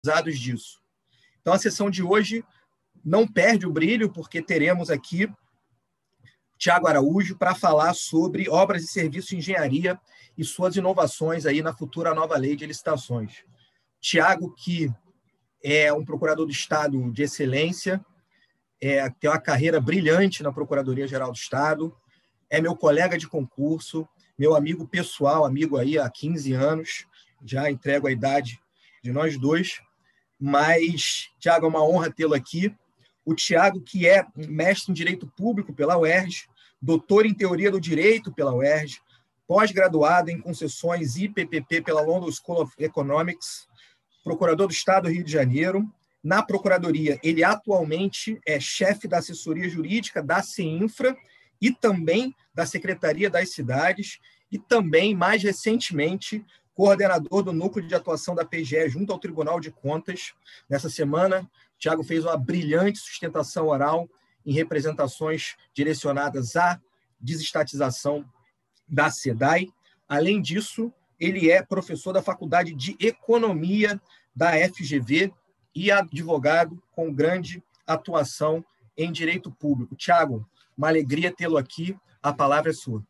disso. Então, a sessão de hoje não perde o brilho, porque teremos aqui Tiago Araújo para falar sobre obras e serviços de engenharia e suas inovações aí na futura nova lei de licitações. Tiago, que é um procurador do Estado de excelência, tem uma carreira brilhante na Procuradoria-Geral do Estado, é meu colega de concurso, meu amigo pessoal, amigo aí há 15 anos, já entrego a idade de nós dois, mas, Tiago, é uma honra tê-lo aqui. O Tiago, que é mestre em Direito Público pela UERJ, doutor em Teoria do Direito pela UERJ, pós-graduado em concessões e PPP pela London School of Economics, procurador do Estado do Rio de Janeiro. Na Procuradoria, ele atualmente é chefe da assessoria jurídica da CEINFRA e também da Secretaria das Cidades e também, mais recentemente, coordenador do Núcleo de Atuação da PGE junto ao Tribunal de Contas. Nessa semana, Tiago fez uma brilhante sustentação oral em representações direcionadas à desestatização da SEDAI. Além disso, ele é professor da Faculdade de Economia da FGV e advogado com grande atuação em direito público. Tiago, uma alegria tê-lo aqui. A palavra é sua.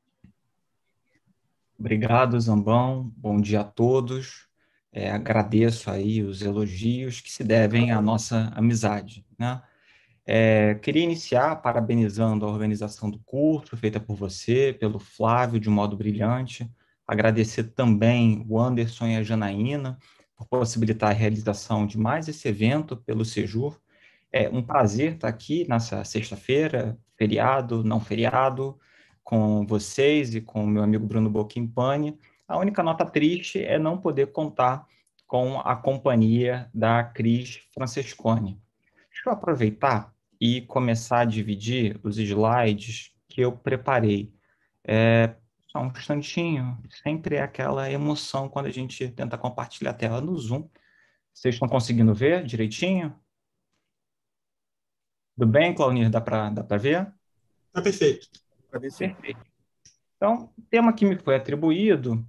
Obrigado, Zambão. Bom dia a todos. Agradeço aí os elogios que se devem à nossa amizade, né? Queria iniciar parabenizando a organização do curso, feita por você, pelo Flávio, de um modo brilhante. Agradecer também o Anderson e a Janaína por possibilitar a realização de mais esse evento pelo Sejur. É um prazer estar aqui nessa sexta-feira, feriado, não feriado, com vocês e com o meu amigo Bruno Bocchimpani. A única nota triste é não poder contar com a companhia da Cris Francesconi. Deixa eu aproveitar e começar a dividir os slides que eu preparei. Só um instantinho, sempre é aquela emoção quando a gente tenta compartilhar a tela no Zoom. Vocês estão conseguindo ver direitinho? Tudo bem, Claunir? Dá para ver? Tá perfeito. Perfeito. Então, o tema que me foi atribuído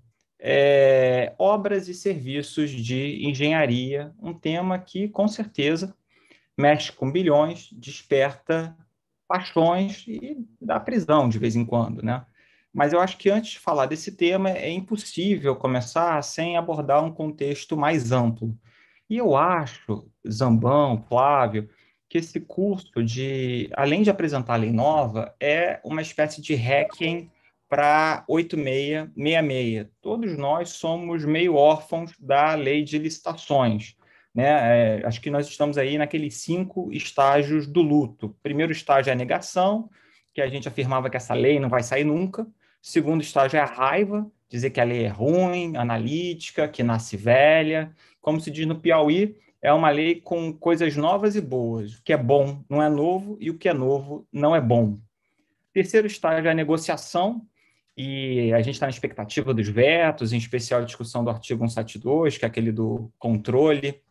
obras e serviços de engenharia, um tema que, com certeza, mexe com bilhões, desperta paixões e dá prisão de vez em quando, né? Mas eu acho que antes de falar desse tema, é impossível começar sem abordar um contexto mais amplo. E eu acho, Zambão, Flávio, que esse curso, além de apresentar a lei nova, é uma espécie de hacking para 8666. Todos nós somos meio órfãos da lei de licitações, né? Acho que nós estamos aí naqueles 5 estágios do luto. Primeiro estágio é a negação, que a gente afirmava que essa lei não vai sair nunca. Segundo estágio é a raiva, dizer que a lei é ruim, analítica, que nasce velha. Como se diz no Piauí, é uma lei com coisas novas e boas. O que é bom não é novo e o que é novo não é bom. Terceiro estágio é a negociação, e a gente está na expectativa dos vetos, em especial a discussão do artigo 172, que é aquele do controle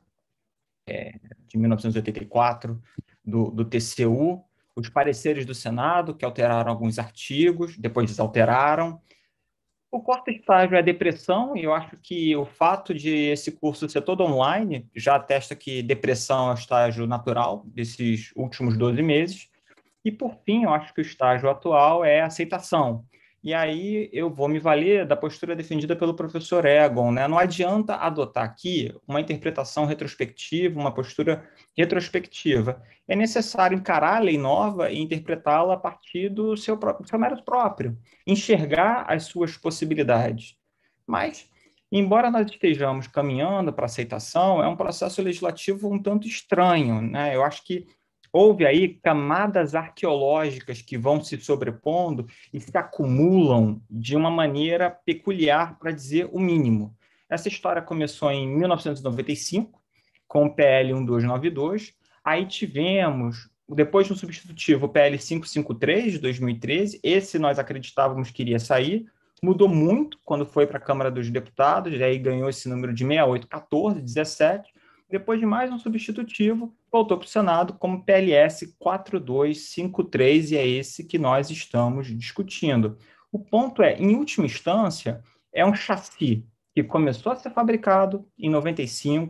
de 1984 do TCU, os pareceres do Senado, que alteraram alguns artigos, depois desalteraram. O quarto estágio é a depressão, e eu acho que o fato de esse curso ser todo online já atesta que depressão é o estágio natural desses últimos 12 meses. E, por fim, eu acho que o estágio atual é a aceitação. E aí eu vou me valer da postura defendida pelo professor Egon, né? Não adianta adotar aqui uma interpretação retrospectiva, uma postura retrospectiva. É necessário encarar a lei nova e interpretá-la a partir do seu mérito próprio, enxergar as suas possibilidades. Mas, embora nós estejamos caminhando para a aceitação, é um processo legislativo um tanto estranho, né? Eu acho que houve aí camadas arqueológicas que vão se sobrepondo e se acumulam de uma maneira peculiar, para dizer o mínimo. Essa história começou em 1995, com o PL 1292. Aí tivemos, depois no substitutivo, o PL 553, de 2013. Esse nós acreditávamos que iria sair. Mudou muito quando foi para a Câmara dos Deputados, aí ganhou esse número de 6814, 17. Depois de mais um substitutivo, voltou para o Senado como PLS 4253, e é esse que nós estamos discutindo. O ponto é, em última instância, é um chassi que começou a ser fabricado em 95,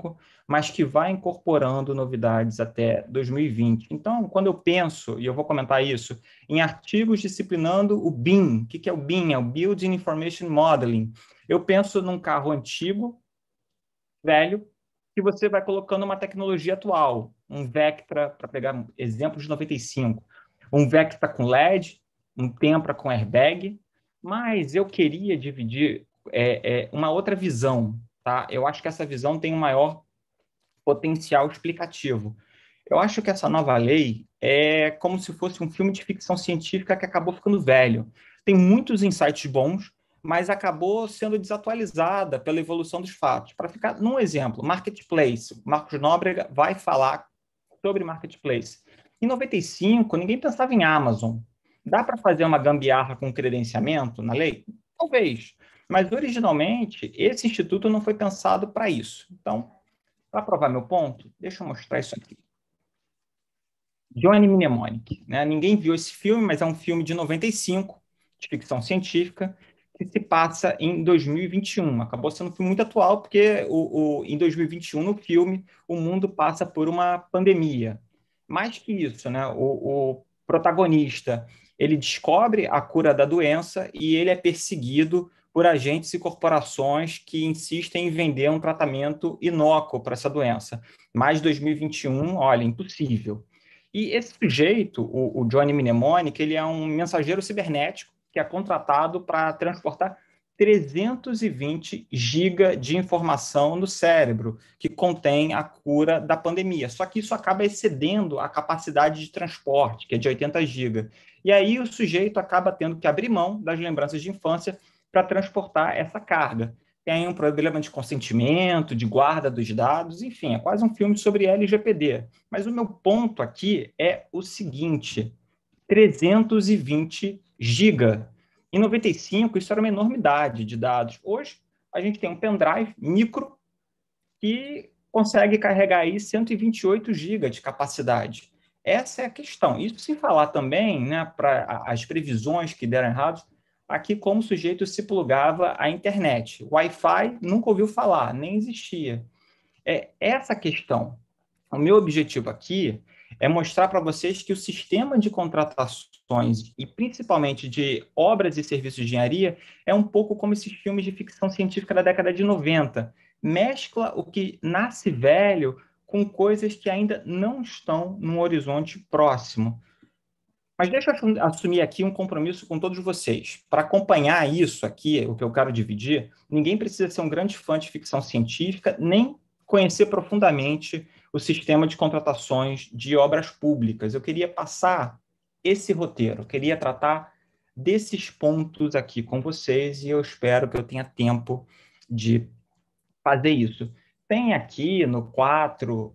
mas que vai incorporando novidades até 2020. Então, quando eu penso, e eu vou comentar isso, em artigos disciplinando o BIM, o que é o BIM? É o Building Information Modeling. Eu penso num carro antigo, velho, que você vai colocando uma tecnologia atual, um Vectra, para pegar exemplos de 95, um Vectra com LED, um Tempra com airbag, mas eu queria dividir uma outra visão, tá? Eu acho que essa visão tem um maior potencial explicativo. Eu acho que essa nova lei é como se fosse um filme de ficção científica que acabou ficando velho. Tem muitos insights bons, mas acabou sendo desatualizada pela evolução dos fatos. Para ficar num exemplo, Marketplace. Marcos Nóbrega vai falar sobre Marketplace. Em 95, ninguém pensava em Amazon. Dá para fazer uma gambiarra com credenciamento na lei? Talvez. Mas, originalmente, esse instituto não foi pensado para isso. Então, para provar meu ponto, deixa eu mostrar isso aqui. Johnny Mnemonic, né? Ninguém viu esse filme, mas é um filme de 95, de ficção científica, que se passa em 2021. Acabou sendo um filme muito atual, porque em 2021, no filme, o mundo passa por uma pandemia. Mais que isso, né? O protagonista, ele descobre a cura da doença e ele é perseguido por agentes e corporações que insistem em vender um tratamento inócuo para essa doença. Mas 2021, olha, impossível. E esse sujeito, o Johnny Mnemonic, ele é um mensageiro cibernético que é contratado para transportar 320 GB de informação no cérebro, que contém a cura da pandemia. Só que isso acaba excedendo a capacidade de transporte, que é de 80 GB. E aí o sujeito acaba tendo que abrir mão das lembranças de infância para transportar essa carga. Tem um problema de consentimento, de guarda dos dados, enfim, é quase um filme sobre LGPD. Mas o meu ponto aqui é o seguinte: 320 GB. Em 95, isso era uma enormidade de dados. Hoje, a gente tem um pendrive micro que consegue carregar aí 128 GB de capacidade. Essa é a questão. Isso sem falar também, né, para as previsões que deram errados, aqui como o sujeito se plugava à internet. Wi-Fi nunca ouviu falar, nem existia. É essa questão. O meu objetivo aqui é mostrar para vocês que o sistema de contratações, e principalmente de obras e serviços de engenharia, é um pouco como esses filmes de ficção científica da década de 90. Mescla o que nasce velho com coisas que ainda não estão num horizonte próximo. Mas deixa eu assumir aqui um compromisso com todos vocês. Para acompanhar isso aqui, o que eu quero dividir, ninguém precisa ser um grande fã de ficção científica, nem conhecer profundamente o sistema de contratações de obras públicas. Eu queria passar esse roteiro, eu queria tratar desses pontos aqui com vocês e eu espero que eu tenha tempo de fazer isso. Tem aqui no 4,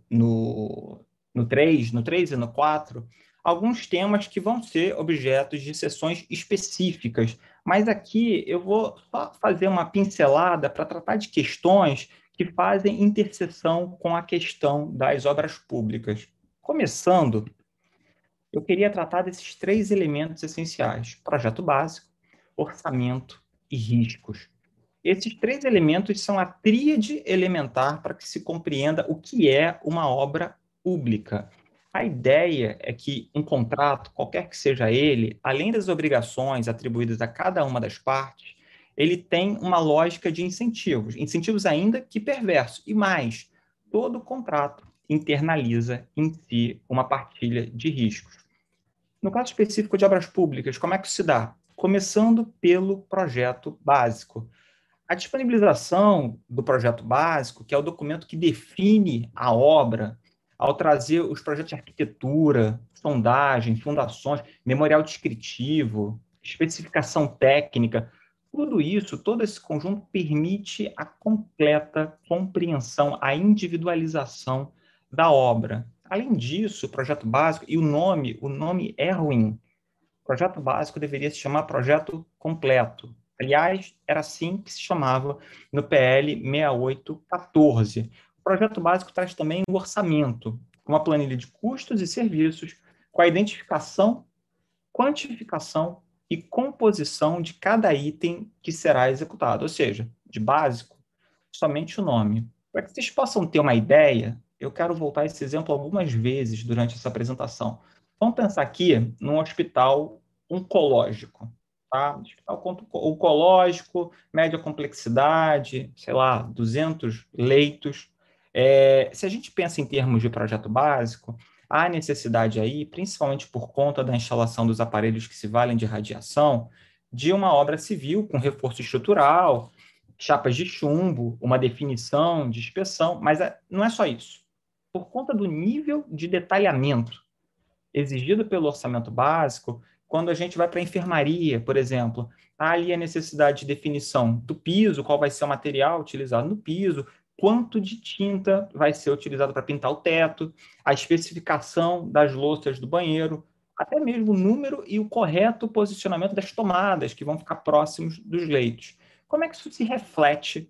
no 3, no 3 e no 4, alguns temas que vão ser objetos de sessões específicas, mas aqui eu vou só fazer uma pincelada para tratar de questões que fazem interseção com a questão das obras públicas. Começando, eu queria tratar desses três elementos essenciais: projeto básico, orçamento e riscos. Esses três elementos são a tríade elementar para que se compreenda o que é uma obra pública. A ideia é que um contrato, qualquer que seja ele, além das obrigações atribuídas a cada uma das partes, ele tem uma lógica de incentivos, incentivos ainda que perversos. E mais, todo contrato internaliza em si uma partilha de riscos. No caso específico de obras públicas, como é que isso se dá? Começando pelo projeto básico. A disponibilização do projeto básico, que é o documento que define a obra, ao trazer os projetos de arquitetura, sondagem, fundações, memorial descritivo, especificação técnica, tudo isso, todo esse conjunto permite a completa compreensão, a individualização da obra. Além disso, o projeto básico, e o nome é ruim. O projeto básico deveria se chamar projeto completo. Aliás, era assim que se chamava no PL 6814. O projeto básico traz também o orçamento, uma planilha de custos e serviços, com a identificação, quantificação e composição de cada item que será executado. Ou seja, de básico, somente o nome. Para que vocês possam ter uma ideia, eu quero voltar a esse exemplo algumas vezes durante essa apresentação. Vamos pensar aqui num hospital oncológico, tá? Hospital oncológico, média complexidade, sei lá, 200 leitos. Se a gente pensa em termos de projeto básico, há necessidade aí, principalmente por conta da instalação dos aparelhos que se valem de radiação, de uma obra civil com reforço estrutural, chapas de chumbo, uma definição de inspeção, mas não é só isso. Por conta do nível de detalhamento exigido pelo orçamento básico, quando a gente vai para a enfermaria, por exemplo, há ali a necessidade de definição do piso, qual vai ser o material utilizado no piso, quanto de tinta vai ser utilizado para pintar o teto, a especificação das louças do banheiro, até mesmo o número e o correto posicionamento das tomadas que vão ficar próximos dos leitos. Como é que isso se reflete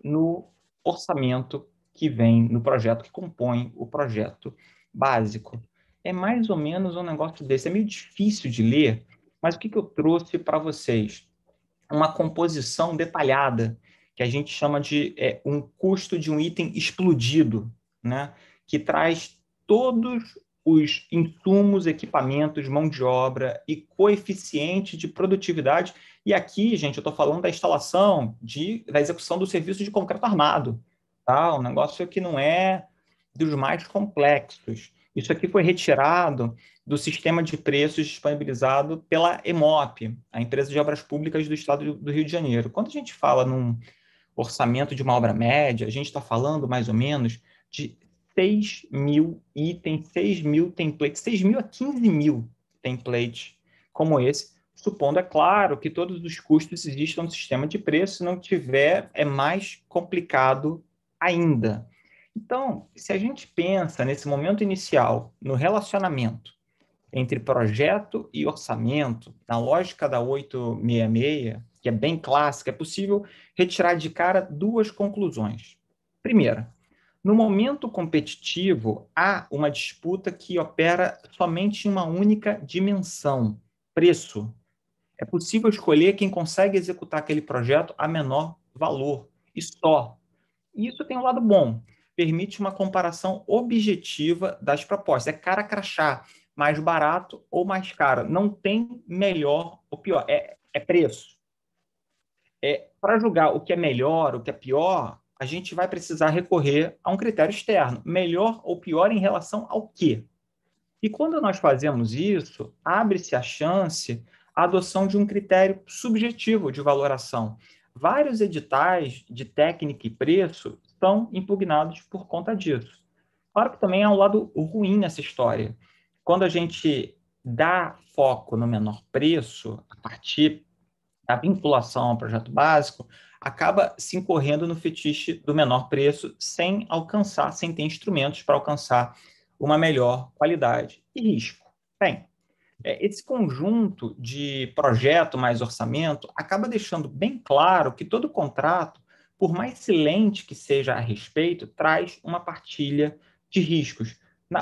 no orçamento que vem no projeto que compõe o projeto básico? É mais ou menos um negócio desse. É meio difícil de ler, mas o que eu trouxe para vocês? Uma composição detalhada, que a gente chama de um custo de um item explodido, né? Que traz todos os insumos, equipamentos, mão de obra e coeficiente de produtividade. E aqui, gente, eu estou falando da instalação, da execução do serviço de concreto armado. Tá? Um negócio que não é dos mais complexos. Isso aqui foi retirado do sistema de preços disponibilizado pela EMOP, a Empresa de Obras Públicas do Estado do Rio de Janeiro. Quando a gente fala num orçamento de uma obra média, a gente está falando mais ou menos de 6 mil itens, 6 mil templates, 6 mil a 15 mil templates como esse, supondo, é claro, que todos os custos existam no sistema de preço, se não tiver, é mais complicado ainda. Então, se a gente pensa nesse momento inicial, no relacionamento entre projeto e orçamento, na lógica da 866, que é bem clássica, é possível retirar de cara duas conclusões. Primeira, no momento competitivo, há uma disputa que opera somente em uma única dimensão, preço. É possível escolher quem consegue executar aquele projeto a menor valor, e só. E isso tem um lado bom, permite uma comparação objetiva das propostas. É cara crachá, mais barato ou mais caro. Não tem melhor ou pior, é preço. Para julgar o que é melhor, o que é pior, a gente vai precisar recorrer a um critério externo. Melhor ou pior em relação ao quê? E quando nós fazemos isso, abre-se a chance à adoção de um critério subjetivo de valoração. Vários editais de técnica e preço são impugnados por conta disso. Claro que também há um lado ruim nessa história. Quando a gente dá foco no menor preço, a partir da vinculação ao projeto básico, acaba se incorrendo no fetiche do menor preço sem alcançar, sem ter instrumentos para alcançar uma melhor qualidade. E risco? Bem, esse conjunto de projeto mais orçamento acaba deixando bem claro que todo contrato, por mais silente que seja a respeito, traz uma partilha de riscos. Na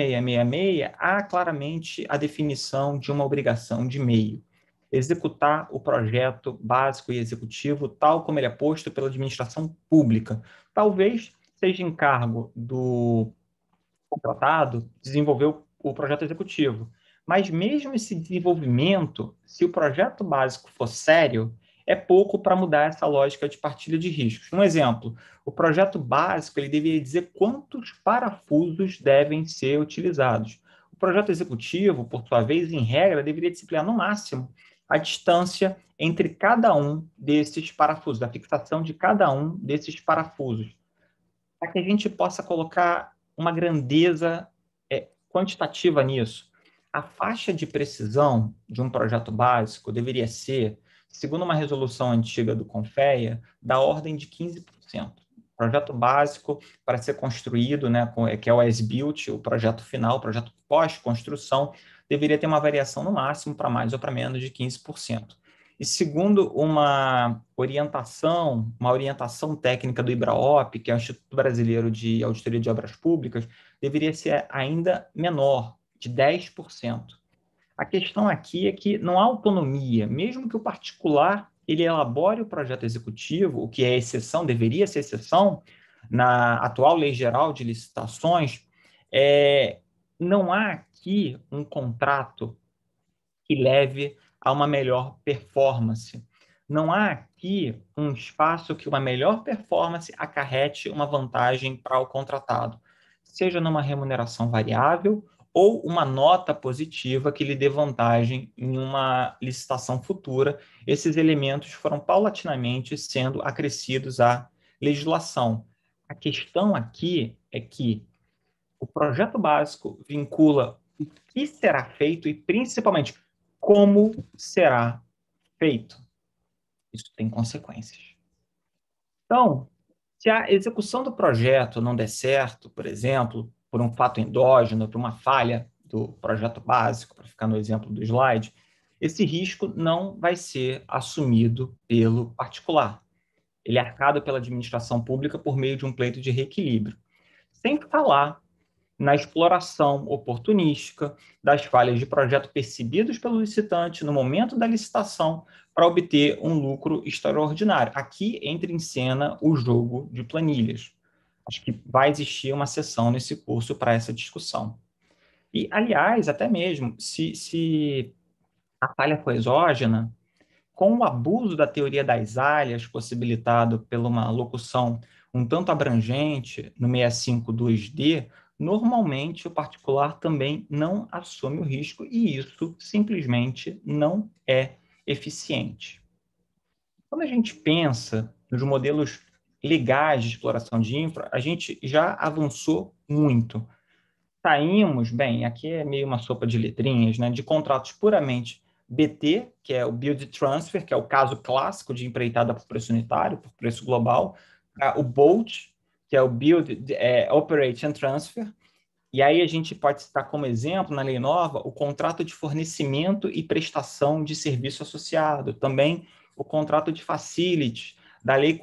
8666, há claramente a definição de uma obrigação de meio. Executar o projeto básico e executivo tal como ele é posto pela administração pública. Talvez seja encargo do contratado desenvolver o projeto executivo. Mas mesmo esse desenvolvimento, se o projeto básico for sério, é pouco para mudar essa lógica de partilha de riscos. Um exemplo, o projeto básico ele deveria dizer quantos parafusos devem ser utilizados. O projeto executivo, por sua vez, em regra, deveria disciplinar no máximo a distância entre cada um desses parafusos, a fixação de cada um desses parafusos, para que a gente possa colocar uma grandeza quantitativa nisso. A faixa de precisão de um projeto básico deveria ser, segundo uma resolução antiga do CONFEA, da ordem de 15%. Projeto básico para ser construído, né, que é o as-built, o projeto final, o projeto pós-construção, deveria ter uma variação no máximo para mais ou para menos de 15%. E segundo uma orientação técnica do IBRAOP, que é o Instituto Brasileiro de Auditoria de Obras Públicas, deveria ser ainda menor, de 10%. A questão aqui é que não há autonomia, mesmo que o particular ele elabore o projeto executivo, o que é exceção, deveria ser exceção, na atual Lei Geral de Licitações, não há aqui um contrato que leve a uma melhor performance. Não há aqui um espaço que uma melhor performance acarrete uma vantagem para o contratado, seja numa remuneração variável ou uma nota positiva que lhe dê vantagem em uma licitação futura. Esses elementos foram paulatinamente sendo acrescidos à legislação. A questão aqui é que o projeto básico vincula o que será feito e, principalmente, como será feito. Isso tem consequências. Então, se a execução do projeto não der certo, por exemplo, por um fato endógeno, por uma falha do projeto básico, para ficar no exemplo do slide, esse risco não vai ser assumido pelo particular. Ele é arcado pela administração pública por meio de um pleito de reequilíbrio. Sem falar na exploração oportunística das falhas de projeto percebidos pelo licitante no momento da licitação para obter um lucro extraordinário. Aqui entra em cena o jogo de planilhas. Acho que vai existir uma sessão nesse curso para essa discussão. E, aliás, até mesmo, se a falha foi exógena, com o abuso da teoria das áreas, possibilitado por uma locução um tanto abrangente no 652D, normalmente o particular também não assume o risco e isso simplesmente não é eficiente. Quando a gente pensa nos modelos legais de exploração de infra, a gente já avançou muito. Saímos, bem, aqui é meio uma sopa de letrinhas, né, de contratos puramente BT, que é o Build Transfer, que é o caso clássico de empreitada por preço unitário, por preço global, o BOLT, que é o Build, Operate and Transfer, e aí a gente pode citar como exemplo, na lei nova, o contrato de fornecimento e prestação de serviço associado, também o contrato de facility, da lei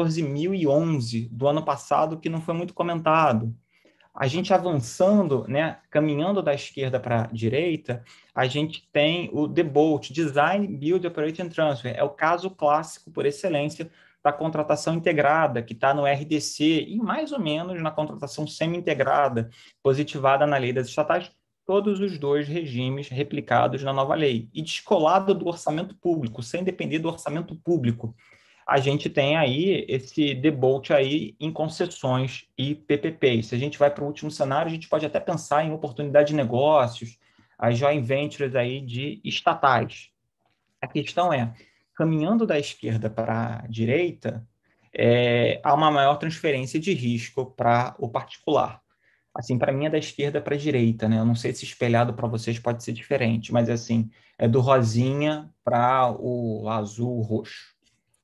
14.011, do ano passado, que não foi muito comentado. A gente avançando, né, caminhando da esquerda para a direita, a gente tem o DBOT, Design, Build, Operate and Transfer. É o caso clássico, por excelência, da contratação integrada, que está no RDC, e mais ou menos na contratação semi-integrada, positivada na lei das estatais, todos os dois regimes replicados na nova lei. E descolado do orçamento público, sem depender do orçamento público, a gente tem aí esse debolt aí em concessões e PPPs. Se a gente vai para o último cenário, a gente pode até pensar em oportunidade de negócios, as joint ventures aí de estatais. A questão é, caminhando da esquerda para a direita, há uma maior transferência de risco para o particular. Assim, para mim é da esquerda para a direita, né? Eu não sei se espelhado para vocês pode ser diferente, mas assim, é do rosinha para o azul roxo.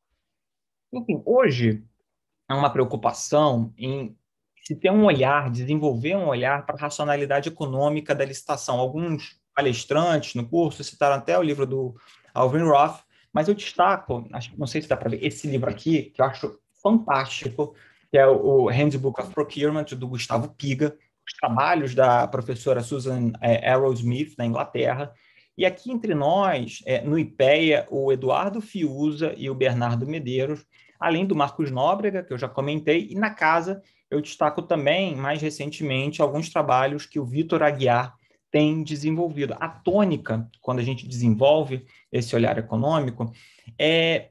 Enfim, hoje há uma preocupação em se ter um olhar, desenvolver um olhar para a racionalidade econômica da licitação. Alguns palestrantes no curso citaram até o livro do Alvin Roth, mas eu destaco, não sei se dá para ver, esse livro aqui, que eu acho fantástico, que é o Handbook of Procurement, do Gustavo Piga, os trabalhos da professora Susan Arrowsmith, da Inglaterra. E aqui entre nós, no IPEA, o Eduardo Fiuza e o Bernardo Medeiros, além do Marcos Nóbrega, que eu já comentei, e na casa eu destaco também, mais recentemente, alguns trabalhos que o Vitor Aguiar tem desenvolvido. A tônica, quando a gente desenvolve esse olhar econômico, é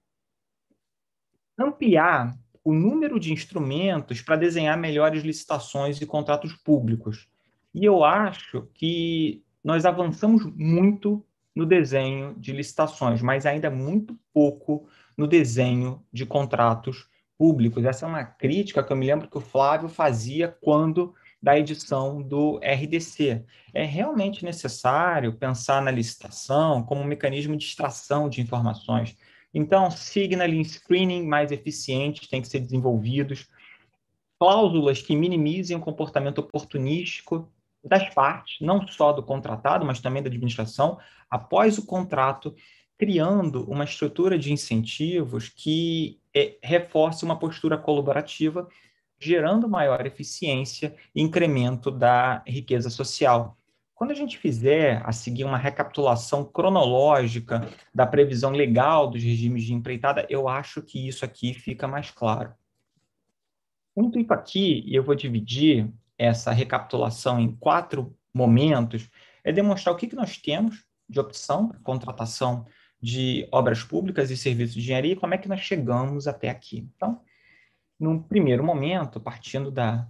ampliar o número de instrumentos para desenhar melhores licitações e contratos públicos. E eu acho que nós avançamos muito no desenho de licitações, mas ainda muito pouco no desenho de contratos públicos. Essa é uma crítica que eu me lembro que o Flávio fazia quando da edição do RDC. É realmente necessário pensar na licitação como um mecanismo de extração de informações. Então, signaling, screening mais eficientes têm que ser desenvolvidos, cláusulas que minimizem o comportamento oportunístico das partes, não só do contratado, mas também da administração, após o contrato, criando uma estrutura de incentivos que reforce uma postura colaborativa, gerando maior eficiência e incremento da riqueza social. Quando a gente fizer a seguir uma recapitulação cronológica da previsão legal dos regimes de empreitada, eu acho que isso aqui fica mais claro. O intuito aqui, e eu vou dividir essa recapitulação em 4 momentos, é demonstrar o que nós temos de opção para contratação de obras públicas e serviços de engenharia e como é que nós chegamos até aqui. Então, num primeiro momento, partindo da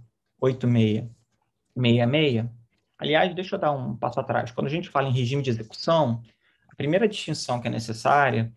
8666, aliás, deixa eu dar um passo atrás. Quando a gente fala em regime de execução, a primeira distinção que é necessária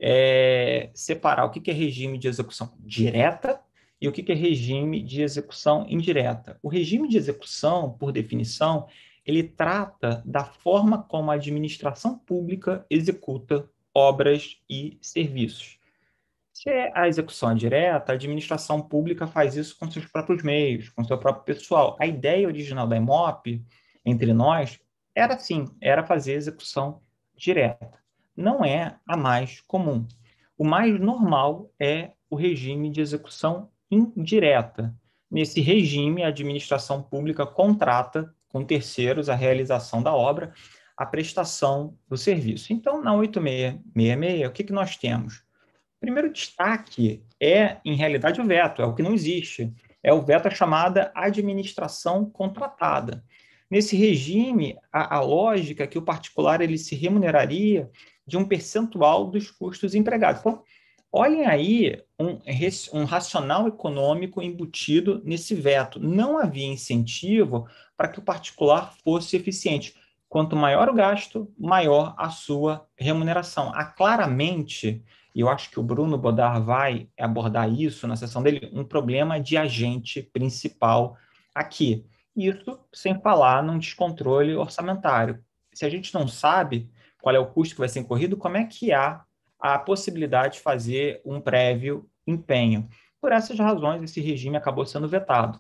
é separar o que é regime de execução direta e o que é regime de execução indireta. O regime de execução, por definição, ele trata da forma como a administração pública executa obras e serviços. Se a execução é direta, a administração pública faz isso com seus próprios meios, com seu próprio pessoal. A ideia original da EMOP, entre nós, era assim, era fazer execução direta. Não é a mais comum. O mais normal é o regime de execução indireta. Nesse regime, a administração pública contrata com terceiros a realização da obra, a prestação do serviço. Então, na 8666, o que nós temos? O primeiro destaque é, em realidade, o veto, é o que não existe. É o veto chamada administração contratada. Nesse regime, a lógica é que o particular ele se remuneraria de um percentual dos custos empregados. Então, olhem aí um racional econômico embutido nesse veto. Não havia incentivo para que o particular fosse eficiente. Quanto maior o gasto, maior a sua remuneração. Há claramente, e eu acho que o Bruno Bodar vai abordar isso na sessão dele, um problema de agente principal aqui. Isso sem falar num descontrole orçamentário. Se a gente não sabe qual é o custo que vai ser incorrido, como é que há a possibilidade de fazer um prévio empenho? Por essas razões, esse regime acabou sendo vetado.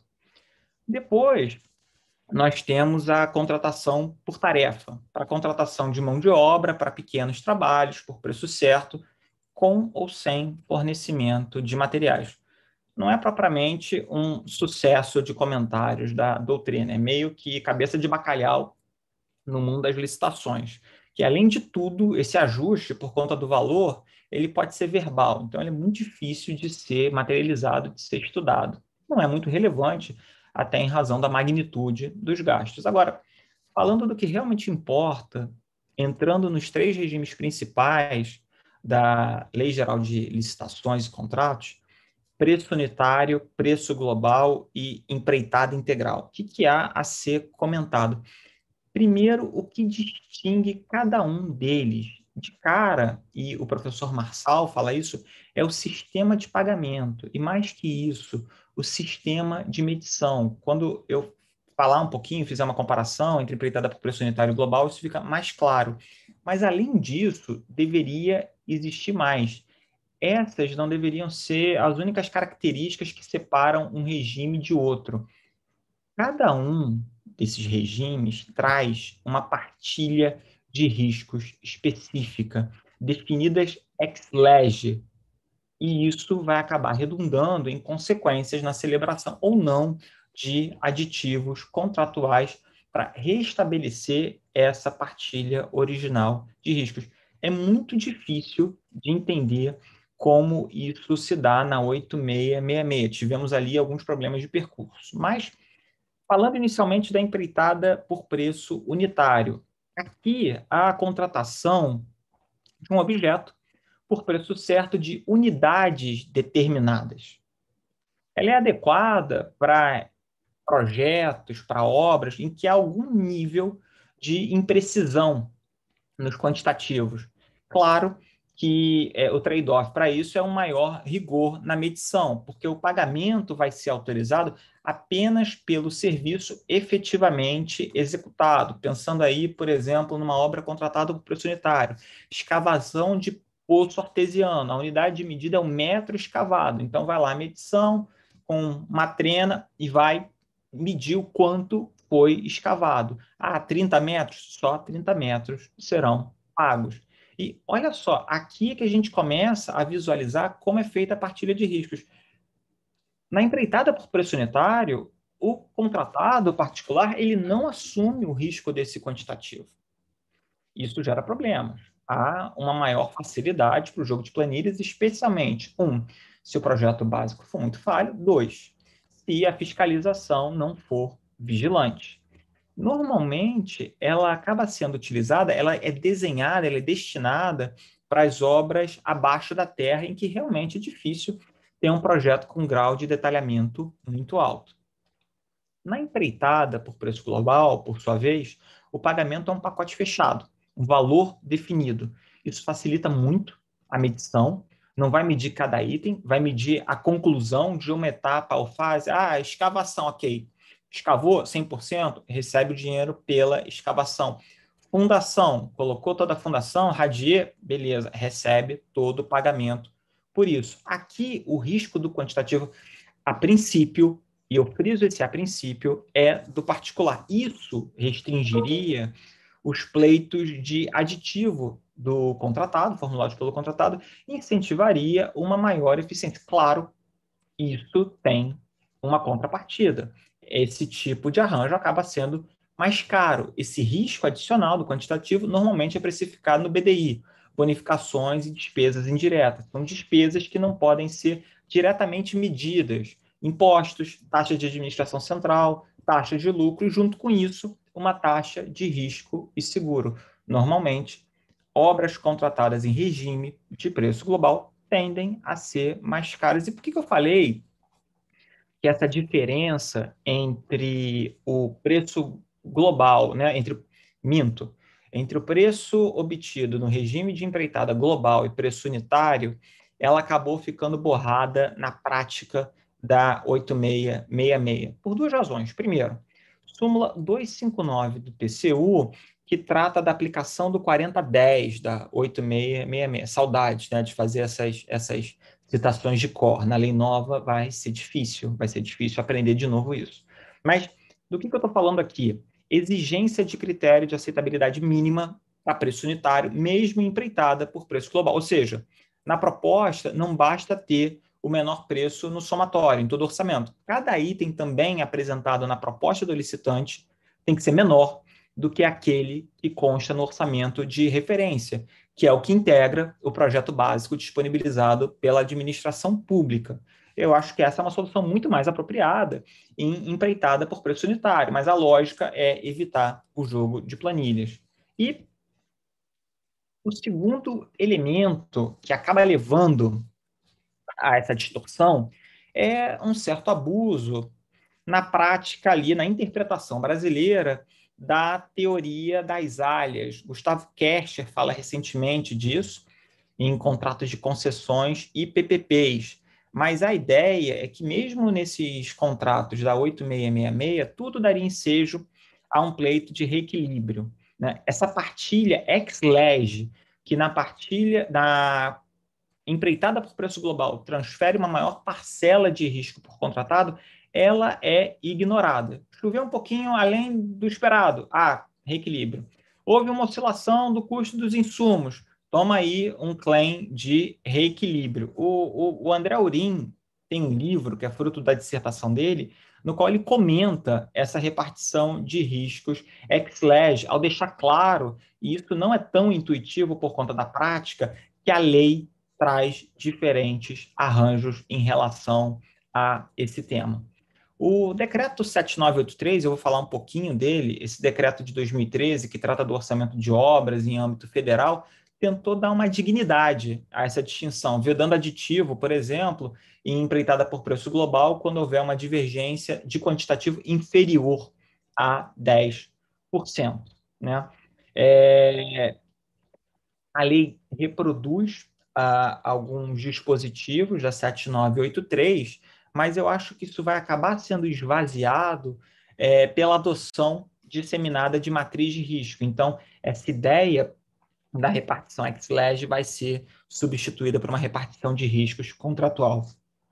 Depois, nós temos a contratação por tarefa, para contratação de mão de obra para pequenos trabalhos, por preço certo, com ou sem fornecimento de materiais. Não é propriamente um sucesso de comentários da doutrina, é meio que cabeça de bacalhau no mundo das licitações, que além de tudo, esse ajuste por conta do valor, ele pode ser verbal, então ele é muito difícil de ser materializado, de ser estudado. Não é muito relevante, até em razão da magnitude dos gastos. Agora, falando do que realmente importa, entrando nos 3 regimes principais da Lei Geral de Licitações e Contratos, preço unitário, preço global e empreitada integral. O que há a ser comentado? Primeiro, o que distingue cada um deles? De cara, e o professor Marçal fala isso, é o sistema de pagamento. E mais que isso, o sistema de medição. Quando eu falar um pouquinho, fizer uma comparação entre empreitada por preço unitário e global, isso fica mais claro. Mas, além disso, deveria existir mais. Essas não deveriam ser as únicas características que separam um regime de outro. Cada um desses regimes traz uma partilha de riscos específica, definidas ex lege, e isso vai acabar redundando em consequências na celebração ou não de aditivos contratuais para restabelecer essa partilha original de riscos. É muito difícil de entender como isso se dá na 8666. Tivemos ali alguns problemas de percurso, mas falando inicialmente da empreitada por preço unitário, aqui há a contratação de um objeto por preço certo de unidades determinadas. Ela é adequada para projetos, para obras em que há algum nível de imprecisão nos quantitativos. Claro que o trade-off para isso é um maior rigor na medição, porque o pagamento vai ser autorizado apenas pelo serviço efetivamente executado. Pensando aí, por exemplo, numa obra contratada por preço unitário, escavação de poço artesiano, a unidade de medida é o metro escavado. Então, vai lá a medição com uma trena e vai medir o quanto foi escavado. 30 metros? Só 30 metros serão pagos. E olha só, aqui é que a gente começa a visualizar como é feita a partilha de riscos. Na empreitada por preço unitário, o contratado particular ele não assume o risco desse quantitativo. Isso gera problemas. Há uma maior facilidade para o jogo de planilhas, especialmente, se o projeto básico for muito falho, 2, se a fiscalização não for vigilante. Normalmente, ela acaba sendo utilizada, ela é desenhada, ela é destinada para as obras abaixo da terra, em que realmente é difícil ter um projeto com grau de detalhamento muito alto. Na empreitada por preço global, por sua vez, o pagamento é um pacote fechado, um valor definido. Isso facilita muito a medição, não vai medir cada item, vai medir a conclusão de uma etapa ou fase. Ah, escavação, ok. Escavou 100%, recebe o dinheiro pela escavação. Fundação, colocou toda a fundação, radier, beleza, recebe todo o pagamento por isso. Aqui, o risco do quantitativo, a princípio, e eu friso esse a princípio, é do particular. Isso restringiria os pleitos de aditivo do contratado, formulados pelo contratado, e incentivaria uma maior eficiência. Claro, isso tem uma contrapartida. Esse tipo de arranjo acaba sendo mais caro. Esse risco adicional do quantitativo normalmente é precificado no BDI, bonificações e despesas indiretas. São despesas que não podem ser diretamente medidas. Impostos, taxa de administração central, taxa de lucro, e junto com isso, uma taxa de risco e seguro. Normalmente, obras contratadas em regime de preço global tendem a ser mais caras. E por que eu falei que essa diferença entre o preço global, né, entre o preço obtido no regime de empreitada global e preço unitário, ela acabou ficando borrada na prática da 8666, por duas razões. Primeiro, súmula 259 do TCU, que trata da aplicação do 4010 da 8666. Saudades, né, de fazer essas citações de cor. Na lei nova vai ser difícil aprender de novo isso. Mas do que eu estou falando aqui? Exigência de critério de aceitabilidade mínima para preço unitário, mesmo empreitada por preço global. Ou seja, na proposta, não basta ter o menor preço no somatório, em todo orçamento. Cada item também apresentado na proposta do licitante tem que ser menor do que aquele que consta no orçamento de referência, que é o que integra o projeto básico disponibilizado pela administração pública. Eu acho que essa é uma solução muito mais apropriada em empreitada por preço unitário, mas a lógica é evitar o jogo de planilhas. E o segundo elemento que acaba levando a essa distorção é um certo abuso na prática ali, na interpretação brasileira da teoria das áreas. Gustavo Kercher fala recentemente disso em contratos de concessões e PPPs. Mas a ideia é que mesmo nesses contratos da 8666, tudo daria ensejo a um pleito de reequilíbrio, né? Essa partilha ex-lege, que na partilha, na empreitada por preço global, transfere uma maior parcela de risco por contratado, ela é ignorada. Choveu um pouquinho além do esperado. Ah, reequilíbrio. Houve uma oscilação do custo dos insumos. Toma aí um claim de reequilíbrio. O André Aurim tem um livro, que é fruto da dissertação dele, no qual ele comenta essa repartição de riscos ex-lege, ao deixar claro, e isso não é tão intuitivo por conta da prática, que a lei traz diferentes arranjos em relação a esse tema. O decreto 7983, eu vou falar um pouquinho dele, esse decreto de 2013, que trata do orçamento de obras em âmbito federal, tentou dar uma dignidade a essa distinção, vedando aditivo, por exemplo, em empreitada por preço global, quando houver uma divergência de quantitativo inferior a 10%. Né? A lei reproduz alguns dispositivos da 7983, mas eu acho que isso vai acabar sendo esvaziado pela adoção disseminada de matriz de risco. Então, essa ideia da repartição ex-lege vai ser substituída por uma repartição de riscos contratual.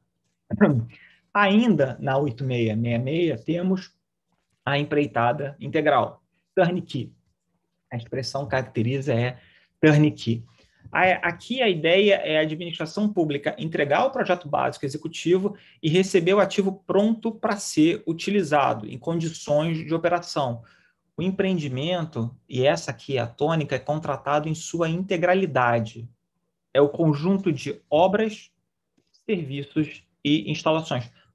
Ainda na 8666, temos a empreitada integral, turnkey. A expressão caracteriza turnkey. Aqui a ideia é a administração pública entregar o projeto básico executivo e receber o ativo pronto para ser utilizado, em condições de operação. O empreendimento, e essa aqui é a tônica, é contratado em sua integralidade. É o conjunto de obras, serviços e instalações.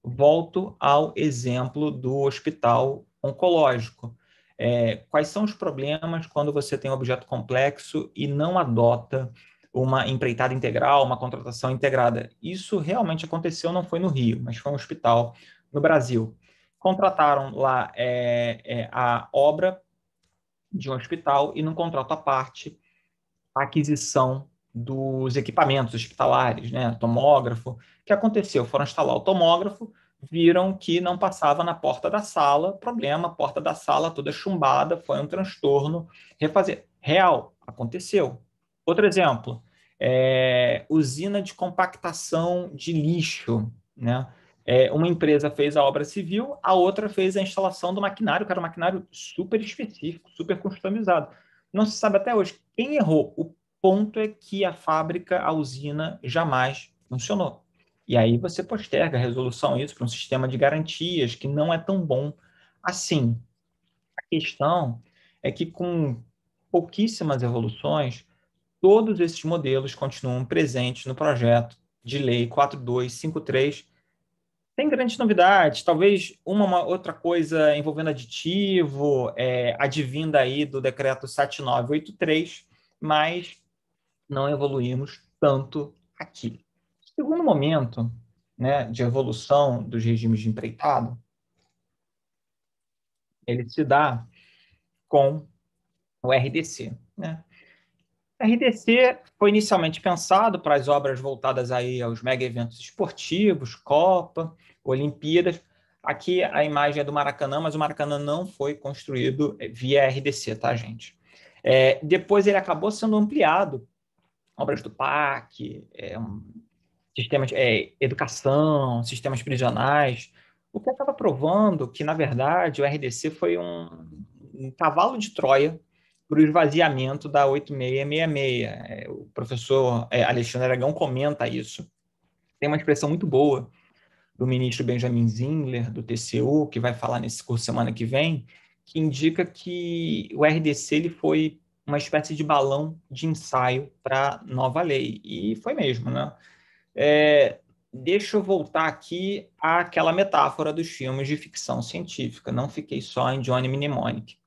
volto ao exemplo do hospital oncológico. Quais são os problemas quando você tem um objeto complexo e não adota uma empreitada integral, uma contratação integrada? Isso realmente aconteceu, não foi no Rio, mas foi um hospital no Brasil. Contrataram lá a obra de um hospital e, num contrato à parte, a aquisição dos equipamentos hospitalares, né? Tomógrafo. O que aconteceu? Foram instalar o tomógrafo, viram que não passava na porta da sala, problema, porta da sala toda chumbada, foi um transtorno, refazer. Real, aconteceu. Outro exemplo, usina de compactação de lixo, né? Uma empresa fez a obra civil, a outra fez a instalação do maquinário, que era um maquinário super específico, super customizado. Não se sabe até hoje quem errou. O ponto é que a fábrica, a usina, jamais funcionou. E aí você posterga a resolução isso para um sistema de garantias que não é tão bom assim. A questão é que com pouquíssimas evoluções, todos esses modelos continuam presentes no projeto de lei 4253, tem grandes novidades, talvez uma outra coisa envolvendo aditivo, advinda aí do decreto 7983, mas não evoluímos tanto aqui. O segundo momento, né, de evolução dos regimes de empreitado, ele se dá com o RDC, né? O RDC foi inicialmente pensado para as obras voltadas aí aos mega eventos esportivos, Copa, Olimpíadas. Aqui a imagem é do Maracanã, mas o Maracanã não foi construído via RDC, tá, gente? Depois ele acabou sendo ampliado, obras do PAC, sistemas de educação, sistemas prisionais, o que acaba provando que, na verdade, o RDC foi um cavalo de Troia para o esvaziamento da 8666. O professor Alexandre Aragão comenta isso. Tem uma expressão muito boa do ministro Benjamin Zindler, do TCU, que vai falar nesse curso semana que vem, que indica que o RDC ele foi uma espécie de balão de ensaio para a nova lei. E foi mesmo, né? Deixa eu voltar aqui àquela metáfora dos filmes de ficção científica. Não fiquei só em Johnny Mnemonic.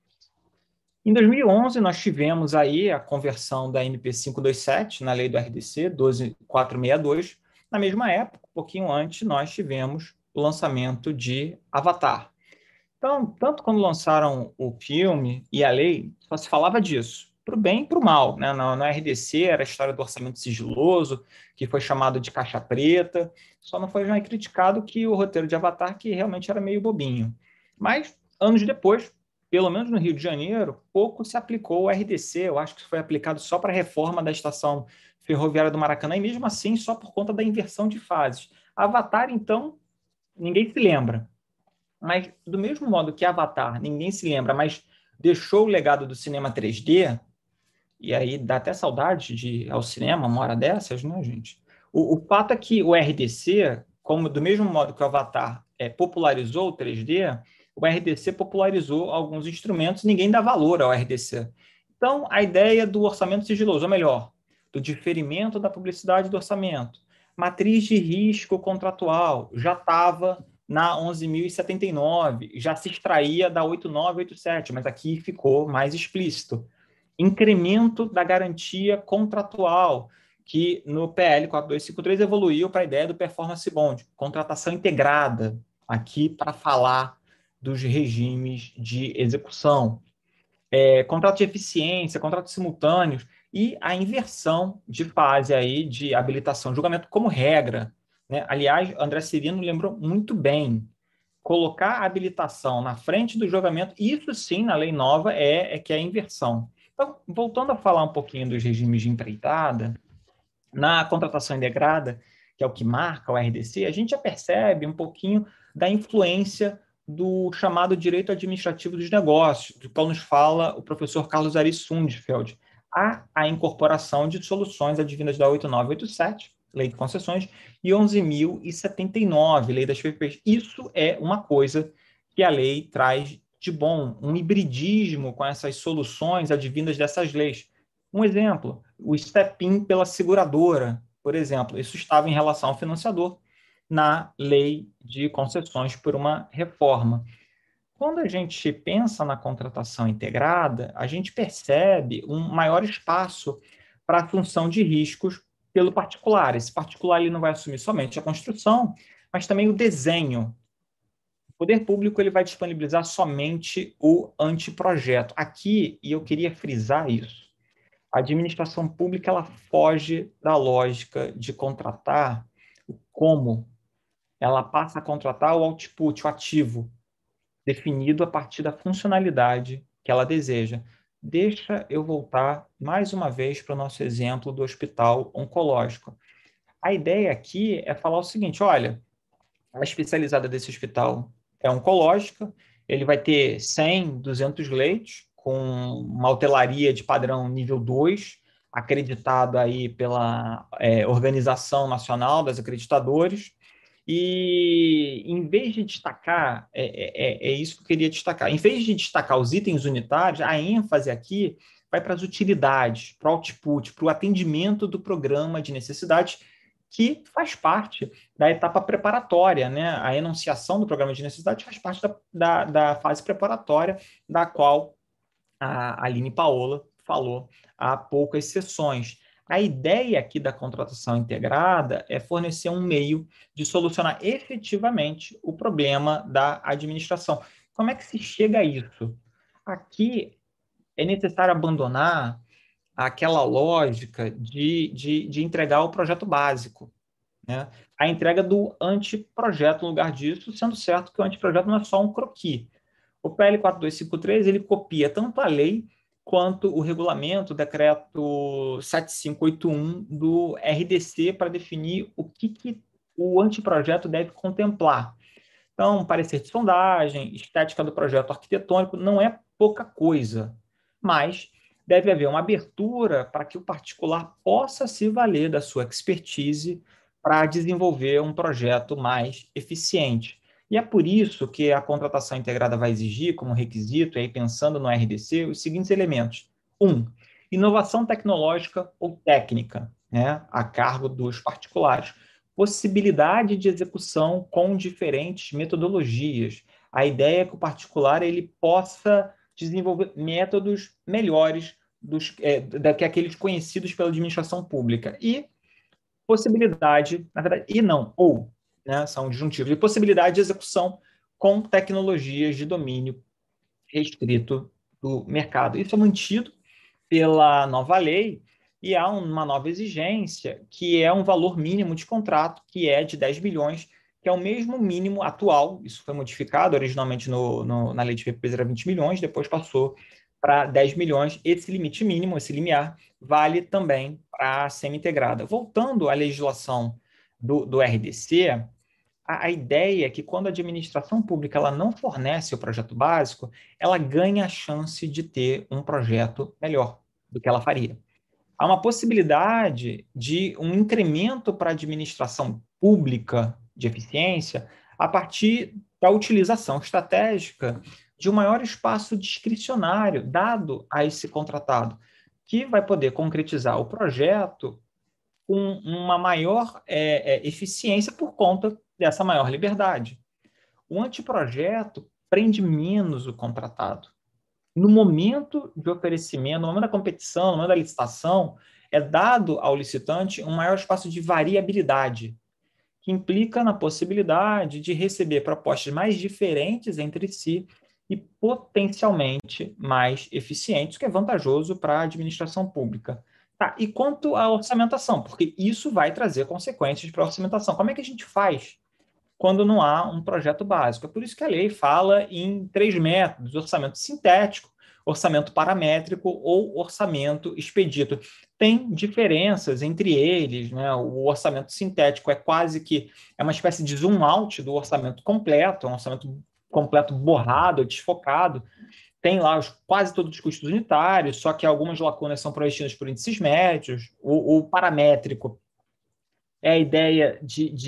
Em 2011, nós tivemos aí a conversão da MP 527 na lei do RDC 12462. Na mesma época, um pouquinho antes, nós tivemos o lançamento de Avatar. Então, tanto quando lançaram o filme e a lei, só se falava disso, para o bem e para o mal. Né? No RDC era a história do orçamento sigiloso, que foi chamado de caixa preta, só não foi mais criticado que o roteiro de Avatar, que realmente era meio bobinho. Mas, anos depois, pelo menos no Rio de Janeiro, pouco se aplicou o RDC, eu acho que foi aplicado só para a reforma da estação ferroviária do Maracanã, e mesmo assim só por conta da inversão de fases. Avatar, então, ninguém se lembra. Mas, do mesmo modo que Avatar, ninguém se lembra, mas deixou o legado do cinema 3D, e aí dá até saudade de ir ao cinema uma hora dessas, né, gente? O fato é que o RDC, como do mesmo modo que o Avatar popularizou o 3D, o RDC popularizou alguns instrumentos, ninguém dá valor ao RDC. Então, a ideia do orçamento sigiloso, ou melhor, do diferimento da publicidade do orçamento, matriz de risco contratual, já estava na 11.079, já se extraía da 8987, mas aqui ficou mais explícito. Incremento da garantia contratual, que no PL 4253 evoluiu para a ideia do performance bond, contratação integrada, aqui para falar dos regimes de execução. Contrato de eficiência, contratos simultâneos e a inversão de fase aí de habilitação e julgamento como regra. Né? Aliás, André Cirino lembrou muito bem, colocar a habilitação na frente do julgamento, isso sim, na lei nova, que é a inversão. Então, voltando a falar um pouquinho dos regimes de empreitada, na contratação integrada, que é o que marca o RDC, a gente já percebe um pouquinho da influência do chamado direito administrativo dos negócios, do qual nos fala o professor Carlos Ari Sundfeld. Há a incorporação de soluções advindas da 8987, Lei de Concessões, e 11.079, Lei das PPPs. Isso é uma coisa que a lei traz de bom, um hibridismo com essas soluções advindas dessas leis. Um exemplo, o step-in pela seguradora, por exemplo, isso estava em relação ao financiador. na lei de concessões por uma reforma. Quando a gente pensa na contratação integrada, a gente percebe um maior espaço para a função de riscos pelo particular. Esse particular ele não vai assumir somente a construção, mas também o desenho. O poder público ele vai disponibilizar somente o anteprojeto. Aqui, e eu queria frisar isso, a administração pública ela foge da lógica de contratar o como, ela passa a contratar o output, o ativo, definido a partir da funcionalidade que ela deseja. Deixa eu voltar mais uma vez para o nosso exemplo do hospital oncológico. A ideia aqui é falar o seguinte: olha, a especializada desse hospital é oncológica, ele vai ter 100, 200 leitos, com uma hotelaria de padrão nível 2, acreditado aí pela Organização Nacional das Acreditadores. E em vez de destacar, é isso que eu queria destacar, em vez de destacar os itens unitários, a ênfase aqui vai para as utilidades, para o output, para o atendimento do programa de necessidades, que faz parte da etapa preparatória, né? A enunciação do programa de necessidade faz parte da fase preparatória, da qual a Aline Paola falou há poucas sessões. A ideia aqui da contratação integrada é fornecer um meio de solucionar efetivamente o problema da administração. Como é que se chega a isso? Aqui é necessário abandonar aquela lógica de entregar o projeto básico, né? A entrega do anteprojeto no lugar disso, sendo certo que o anteprojeto não é só um croquis. O PL 4253 ele copia tanto a lei quanto o regulamento, o decreto 7581 do RDC para definir o que o anteprojeto deve contemplar. Então, parecer de sondagem, estética do projeto arquitetônico, não é pouca coisa, mas deve haver uma abertura para que o particular possa se valer da sua expertise para desenvolver um projeto mais eficiente. E é por isso que a contratação integrada vai exigir, como requisito, aí pensando no RDC, os seguintes elementos. 1. Inovação tecnológica ou técnica, né, a cargo dos particulares. Possibilidade de execução com diferentes metodologias. A ideia é que o particular ele possa desenvolver métodos melhores do que aqueles conhecidos pela administração pública. E possibilidade, na verdade, e não, ou, né, são disjuntivos, e possibilidade de execução com tecnologias de domínio restrito do mercado. Isso é mantido pela nova lei e há uma nova exigência, que é um valor mínimo de contrato, que é de 10 bilhões, que é o mesmo mínimo atual. Isso foi modificado originalmente na lei de PPPs era 20 milhões, depois passou para 10 milhões. Esse limite mínimo, esse limiar, vale também para a semi-integrada. Voltando à legislação do RDC, a ideia é que quando a administração pública ela não fornece o projeto básico, ela ganha a chance de ter um projeto melhor do que ela faria. Há uma possibilidade de um incremento para a administração pública de eficiência a partir da utilização estratégica de um maior espaço discricionário dado a esse contratado, que vai poder concretizar o projeto com uma maior eficiência por conta dessa maior liberdade. O anteprojeto prende menos o contratado. No momento de oferecimento, no momento da competição, no momento da licitação, é dado ao licitante um maior espaço de variabilidade, que implica na possibilidade de receber propostas mais diferentes entre si e potencialmente mais eficientes, o que é vantajoso para a administração pública. Tá, e quanto à orçamentação? Porque isso vai trazer consequências para a orçamentação. Como é que a gente faz quando não há um projeto básico? É por isso que a lei fala em 3 métodos: orçamento sintético, orçamento paramétrico ou orçamento expedito. Tem diferenças entre eles, né? O orçamento sintético é quase que uma espécie de zoom out do orçamento completo, um orçamento completo borrado, desfocado. Tem lá quase todos os custos unitários, só que algumas lacunas são preenchidas por índices médios. O paramétrico é a ideia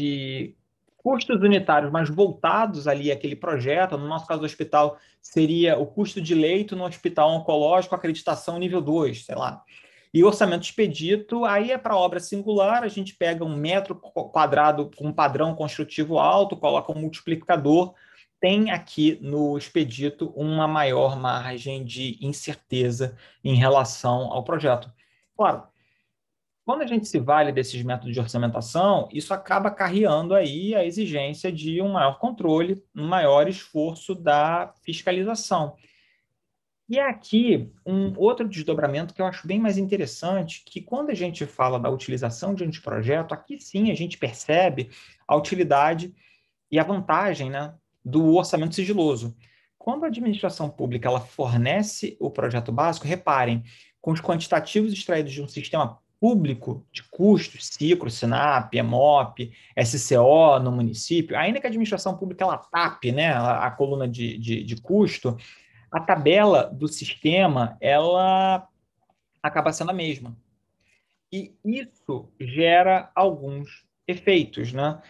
de custos unitários, mas voltados ali àquele projeto. No nosso caso do hospital, seria o custo de leito no hospital oncológico, acreditação nível 2, sei lá. E orçamento expedito, aí é para obra singular, a gente pega 1 metro quadrado com um padrão construtivo alto, coloca um multiplicador, tem aqui no expedito uma maior margem de incerteza em relação ao projeto. Claro, quando a gente se vale desses métodos de orçamentação, isso acaba acarreando aí a exigência de um maior controle, um maior esforço da fiscalização. E aqui um outro desdobramento que eu acho bem mais interessante, que quando a gente fala da utilização de anteprojeto, aqui sim a gente percebe a utilidade e a vantagem, né, do orçamento sigiloso. Quando a administração pública ela fornece o projeto básico, reparem, com os quantitativos extraídos de um sistema público de custos, Cicro, Sinap, EMOP, SCO no município, ainda que a administração pública ela tape, né, a coluna de custo, a tabela do sistema ela acaba sendo a mesma. E isso gera alguns efeitos, né?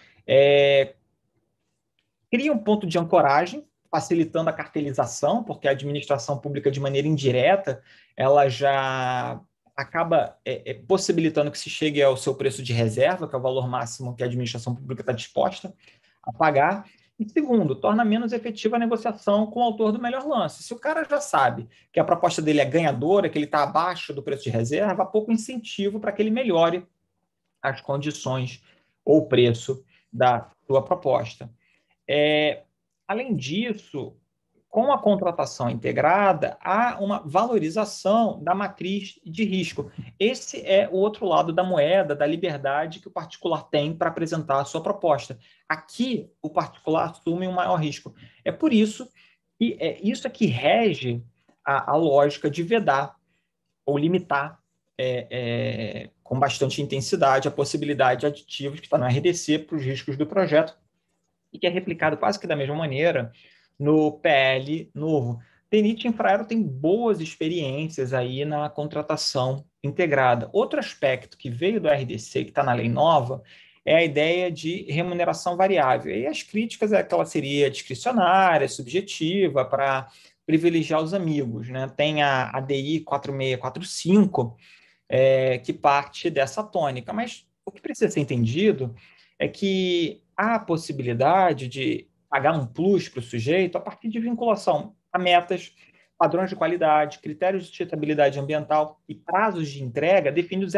Cria um ponto de ancoragem, facilitando a cartelização, porque a administração pública, de maneira indireta, ela já acaba possibilitando que se chegue ao seu preço de reserva, que é o valor máximo que a administração pública está disposta a pagar. E segundo, torna menos efetiva a negociação com o autor do melhor lance. Se o cara já sabe que a proposta dele é ganhadora, que ele está abaixo do preço de reserva, há pouco incentivo para que ele melhore as condições ou o preço da sua proposta. Além disso, com a contratação integrada, há uma valorização da matriz de risco. Esse é o outro lado da moeda, da liberdade que o particular tem para apresentar a sua proposta. Aqui, o particular assume um maior risco. É por isso que isso é que rege a lógica de vedar ou limitar com bastante intensidade a possibilidade de aditivos que está no RDC para os riscos do projeto e que é replicado quase que da mesma maneira no PL novo. DENIT Infraero tem boas experiências aí na contratação integrada. Outro aspecto que veio do RDC, que está na lei nova, é a ideia de remuneração variável. E as críticas é que ela seria discricionária, subjetiva, para privilegiar os amigos, né? Tem a ADI 4645, que parte dessa tônica. Mas o que precisa ser entendido é que há a possibilidade de pagar um plus para o sujeito a partir de vinculação a metas, padrões de qualidade, critérios de sustentabilidade ambiental e prazos de entrega definidos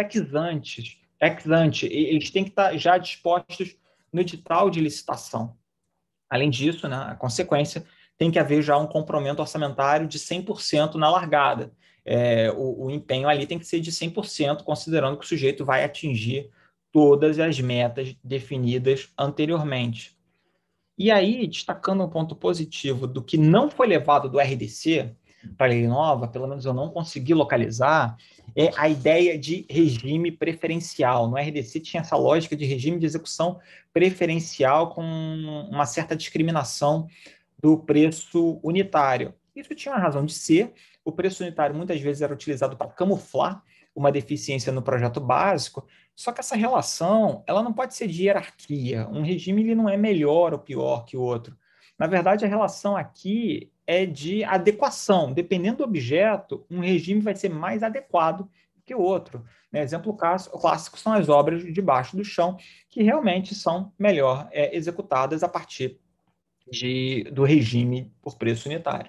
ex ante, eles têm que estar já dispostos no edital de licitação. Além disso, né, a consequência tem que haver já um comprometimento orçamentário de 100% na largada. O empenho ali tem que ser de 100%, considerando que o sujeito vai atingir todas as metas definidas anteriormente. E aí, destacando um ponto positivo do que não foi levado do RDC para a lei nova, pelo menos eu não consegui localizar, é a ideia de regime preferencial. No RDC tinha essa lógica de regime de execução preferencial com uma certa discriminação do preço unitário. Isso tinha uma razão de ser. O preço unitário muitas vezes era utilizado para camuflar uma deficiência no projeto básico, só que essa relação ela não pode ser de hierarquia. Um regime ele não é melhor ou pior que o outro. Na verdade, a relação aqui é de adequação. Dependendo do objeto, um regime vai ser mais adequado que o outro. Exemplo clássico são as obras debaixo do chão, que realmente são melhor executadas a partir do regime por preço unitário.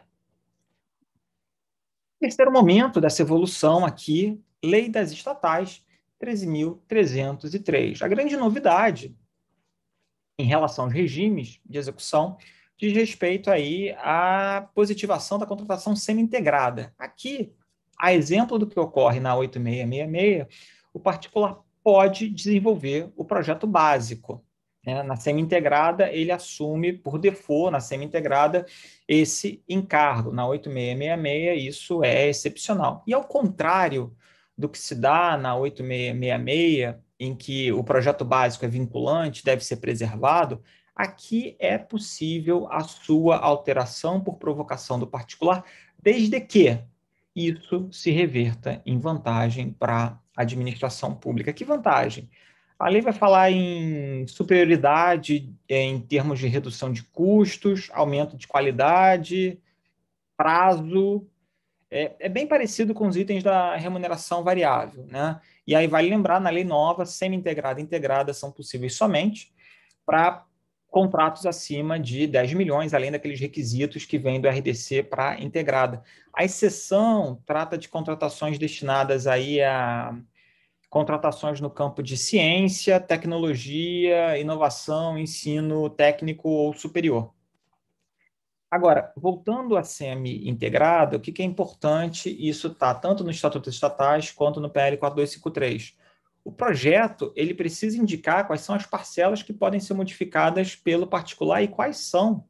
Terceiro momento dessa evolução aqui, Lei das Estatais 13.303. A grande novidade em relação aos regimes de execução diz respeito aí à positivação da contratação semi-integrada. Aqui, a exemplo do que ocorre na 8666, o particular pode desenvolver o projeto básico. Na semi-integrada, ele assume por default, na semi-integrada, esse encargo. Na 8666, isso é excepcional. E ao contrário do que se dá na 8666, em que o projeto básico é vinculante, deve ser preservado, aqui é possível a sua alteração por provocação do particular, desde que isso se reverta em vantagem para a administração pública. Que vantagem? A lei vai falar em superioridade em termos de redução de custos, aumento de qualidade, prazo, é bem parecido com os itens da remuneração variável, né? E aí vale lembrar, na lei nova, semi-integrada e integrada são possíveis somente para contratos acima de 10 milhões, além daqueles requisitos que vêm do RDC para integrada. A exceção trata de contratações destinadas aí a contratações no campo de ciência, tecnologia, inovação, ensino técnico ou superior. Agora, voltando à semi-integrada, o que é importante, isso está tanto nos estatutos estatais quanto no PL 4253. O projeto ele precisa indicar quais são as parcelas que podem ser modificadas pelo particular e quais são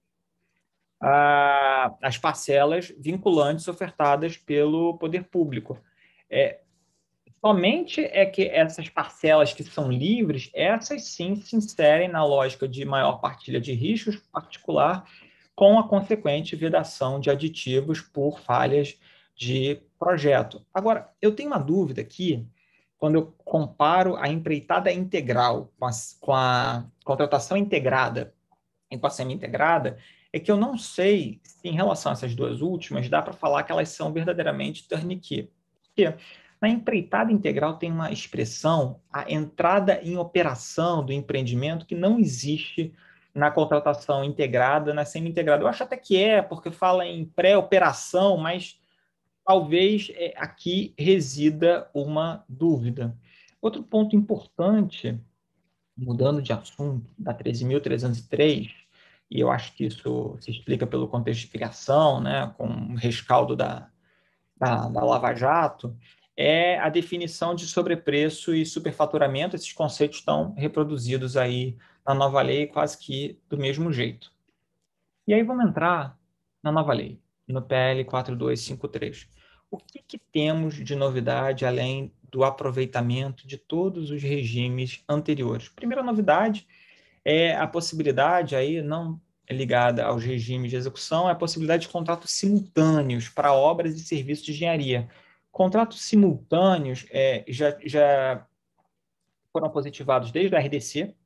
as parcelas vinculantes ofertadas pelo poder público. Somente é que essas parcelas que são livres, essas sim se inserem na lógica de maior partilha de riscos particular, com a consequente vedação de aditivos por falhas de projeto. Agora, eu tenho uma dúvida aqui, quando eu comparo a empreitada integral com a contratação integrada e com a semi-integrada, é que eu não sei se, em relação a essas duas últimas, dá para falar que elas são verdadeiramente turnkey. Por quê? Na empreitada integral tem uma expressão, a entrada em operação do empreendimento, que não existe na contratação integrada, na semi-integrada. Eu acho até que porque fala em pré-operação, mas talvez aqui resida uma dúvida. Outro ponto importante, mudando de assunto, da 13.303, e eu acho que isso se explica pelo contexto de criação, né, com o rescaldo da Lava Jato, é a definição de sobrepreço e superfaturamento. Esses conceitos estão reproduzidos aí na nova lei quase que do mesmo jeito. E aí vamos entrar na nova lei, no PL 4253. O que temos de novidade além do aproveitamento de todos os regimes anteriores? Primeira novidade é a possibilidade, aí não ligada aos regimes de execução, é a possibilidade de contratos simultâneos para obras e serviços de engenharia. Contratos simultâneos já foram positivados desde o RDC,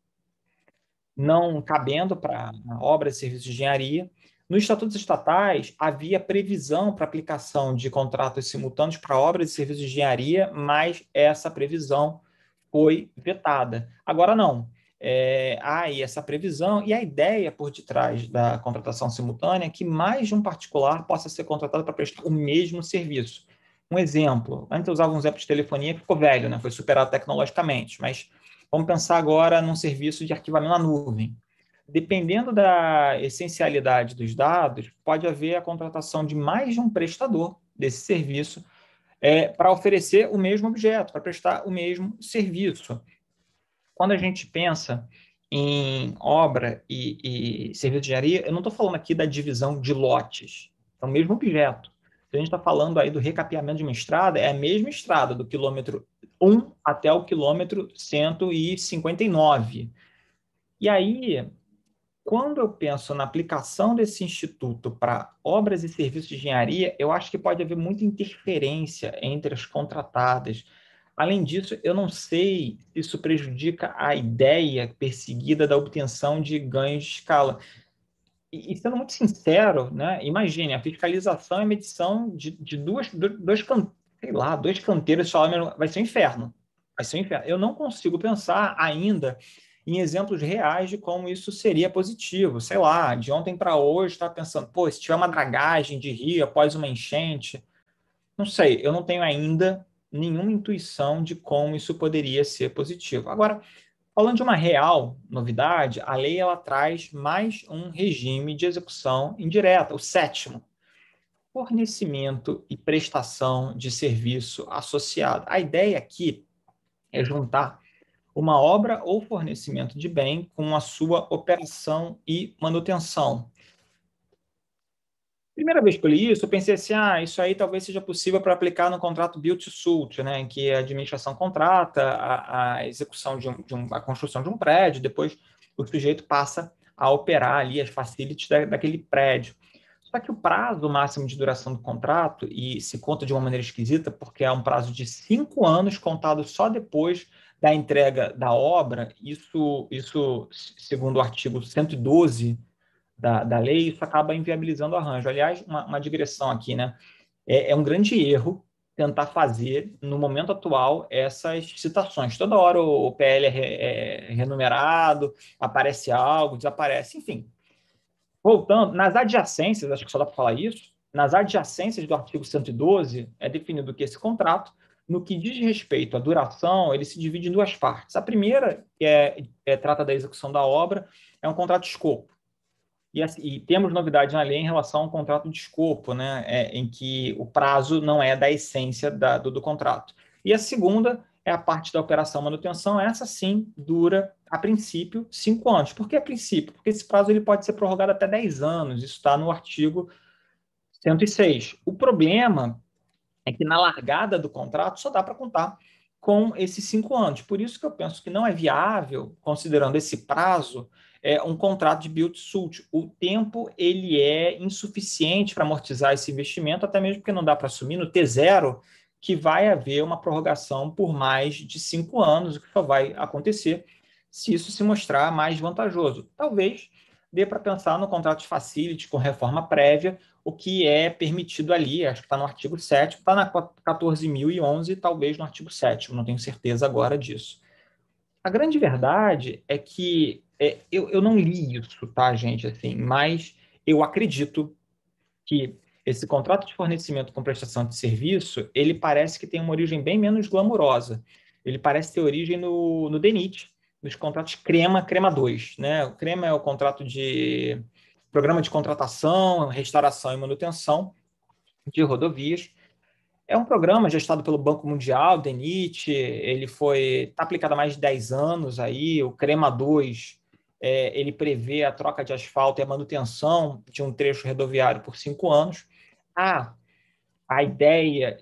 não cabendo para obras e serviços de engenharia. Nos estatutos estatais, havia previsão para aplicação de contratos simultâneos para obras e serviços de engenharia, mas essa previsão foi vetada. Agora não. Há aí essa previsão e a ideia por detrás da contratação simultânea é que mais de um particular possa ser contratado para prestar o mesmo serviço. Um exemplo, antes eu usava um exemplo de telefonia que ficou velho, né? Foi superado tecnologicamente, mas vamos pensar agora num serviço de arquivamento na nuvem. Dependendo da essencialidade dos dados, pode haver a contratação de mais de um prestador desse serviço para oferecer o mesmo objeto, para prestar o mesmo serviço. Quando a gente pensa em obra e serviço de engenharia, eu não estou falando aqui da divisão de lotes, é o mesmo objeto. Se a gente está falando aí do recapeamento de uma estrada, é a mesma estrada, do quilômetro 1 até o quilômetro 159. E aí, quando eu penso na aplicação desse instituto para obras e serviços de engenharia, eu acho que pode haver muita interferência entre as contratadas. Além disso, eu não sei se isso prejudica a ideia perseguida da obtenção de ganhos de escala. E sendo muito sincero, né, imagine, a fiscalização e medição de dois canteiros de salário mínimo, vai ser um inferno. Vai ser um inferno. Eu não consigo pensar ainda em exemplos reais de como isso seria positivo. Sei lá, de ontem para hoje, estava pensando, pô, se tiver uma dragagem de rio após uma enchente, não sei, eu não tenho ainda nenhuma intuição de como isso poderia ser positivo. Agora, falando de uma real novidade, a lei ela traz mais um regime de execução indireta, o sétimo, fornecimento e prestação de serviço associado. A ideia aqui é juntar uma obra ou fornecimento de bem com a sua operação e manutenção. Primeira vez que eu li isso, eu pensei assim, isso aí talvez seja possível para aplicar no contrato build to suit, né, em que a administração contrata a execução a construção de um prédio, depois o sujeito passa a operar ali as facilities daquele prédio. Só que o prazo máximo de duração do contrato, e se conta de uma maneira esquisita, porque é um prazo de 5 anos contado só depois da entrega da obra, isso segundo o artigo 112 da lei, isso acaba inviabilizando o arranjo. Aliás, uma digressão aqui, né? É um grande erro tentar fazer, no momento atual, essas citações. Toda hora o PL é renumerado, aparece algo, desaparece, enfim. Voltando, nas adjacências, acho que só dá para falar isso, nas adjacências do artigo 112, é definido que esse contrato, no que diz respeito à duração, ele se divide em duas partes. A primeira, que trata da execução da obra, é um contrato de escopo. E temos novidade na lei em relação ao contrato de escopo, né, em que o prazo não é da essência do contrato. E a segunda é a parte da operação manutenção. Essa sim dura, a princípio, 5 anos. Por que a princípio? Porque esse prazo ele pode ser prorrogado até 10 anos. Isso está no artigo 106. O problema é que na largada do contrato só dá para contar com esses 5 anos. Por isso que eu penso que não é viável, considerando esse prazo, um contrato de build-to-suit. O tempo ele é insuficiente para amortizar esse investimento, até mesmo porque não dá para assumir no T0 que vai haver uma prorrogação por mais de 5 anos, o que só vai acontecer se isso se mostrar mais vantajoso. Talvez dê para pensar no contrato de facility com reforma prévia, o que é permitido ali, acho que está no artigo 7º, está na 14.011, talvez no artigo 7º, não tenho certeza agora disso. A grande verdade é que eu não li isso, tá, gente, assim, mas eu acredito que esse contrato de fornecimento com prestação de serviço, ele parece que tem uma origem bem menos glamurosa. Ele parece ter origem no DENIT, nos contratos CREMA, CREMA 2, né? O CREMA é o contrato de Programa de Contratação, Restauração e Manutenção de Rodovias. É um programa gestado pelo Banco Mundial, DENIT, ele está aplicado há mais de 10 anos aí, o CREMA 2, ele prevê a troca de asfalto e a manutenção de um trecho rodoviário por 5 anos. A ideia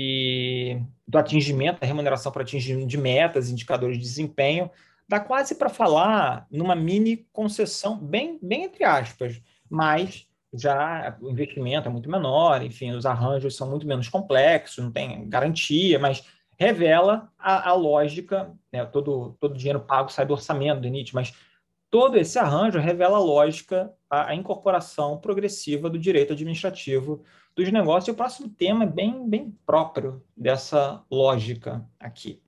do atingimento, da remuneração para atingimento de metas, indicadores de desempenho, dá quase para falar numa mini concessão, bem entre aspas, mas já o investimento é muito menor, enfim, os arranjos são muito menos complexos, não tem garantia, mas revela a lógica, né? Todo dinheiro pago sai do orçamento do NIT, mas todo esse arranjo revela a lógica, a incorporação progressiva do direito administrativo dos negócios. E o próximo tema é bem próprio dessa lógica aqui.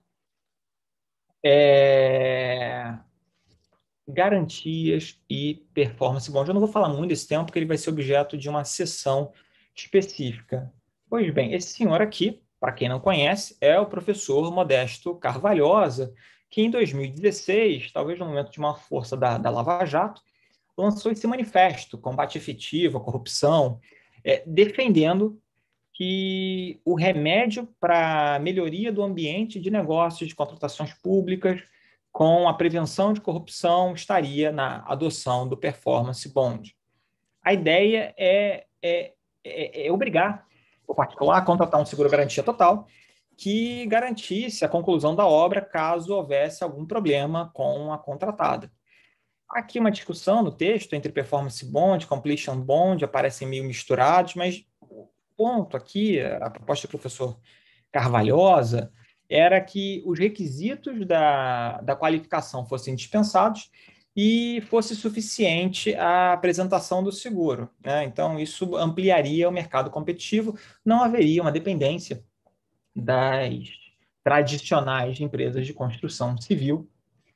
Garantias e performance. Bom, eu não vou falar muito desse tema, porque ele vai ser objeto de uma sessão específica. Pois bem, esse senhor aqui, para quem não conhece, é o professor Modesto Carvalhosa, que em 2016, talvez no momento de uma força da Lava Jato, lançou esse manifesto, combate efetivo à corrupção, defendendo que o remédio para a melhoria do ambiente de negócios, de contratações públicas, com a prevenção de corrupção, estaria na adoção do performance bond. A ideia é obrigar o particular a contratar um seguro-garantia total que garantisse a conclusão da obra caso houvesse algum problema com a contratada. Aqui uma discussão no texto entre performance bond, completion bond, aparecem meio misturados, mas o ponto aqui, a proposta do professor Carvalhosa, era que os requisitos da qualificação fossem dispensados e fosse suficiente a apresentação do seguro, né? Então, isso ampliaria o mercado competitivo, não haveria uma dependência das tradicionais empresas de construção civil,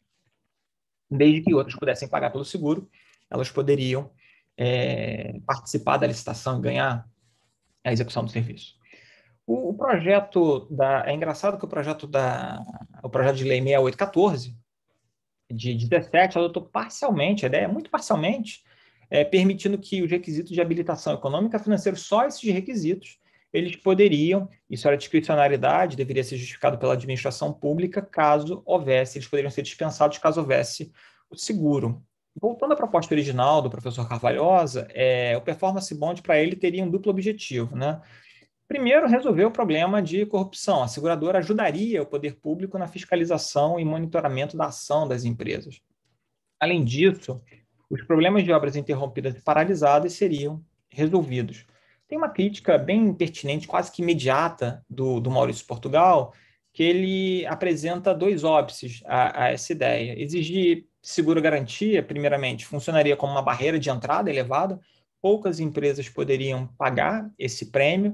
desde que outras pudessem pagar pelo seguro, elas poderiam participar da licitação e ganhar a execução do serviço. O projeto é engraçado que o projeto de lei 6814 de 17 adotou parcialmente, a ideia é muito parcialmente, permitindo que os requisitos de habilitação econômica e financeira, só esses requisitos, eles poderiam, isso era discricionariedade, deveria ser justificado pela administração pública, caso houvesse, eles poderiam ser dispensados caso houvesse o seguro. Voltando à proposta original do professor Carvalhosa, o performance bond para ele teria um duplo objetivo, né? Primeiro, resolver o problema de corrupção. A seguradora ajudaria o poder público na fiscalização e monitoramento da ação das empresas. Além disso, os problemas de obras interrompidas e paralisadas seriam resolvidos. Tem uma crítica bem pertinente, quase que imediata, do Maurício Portugal, que ele apresenta dois óbices a essa ideia. Exigir seguro-garantia, primeiramente, funcionaria como uma barreira de entrada elevada, poucas empresas poderiam pagar esse prêmio,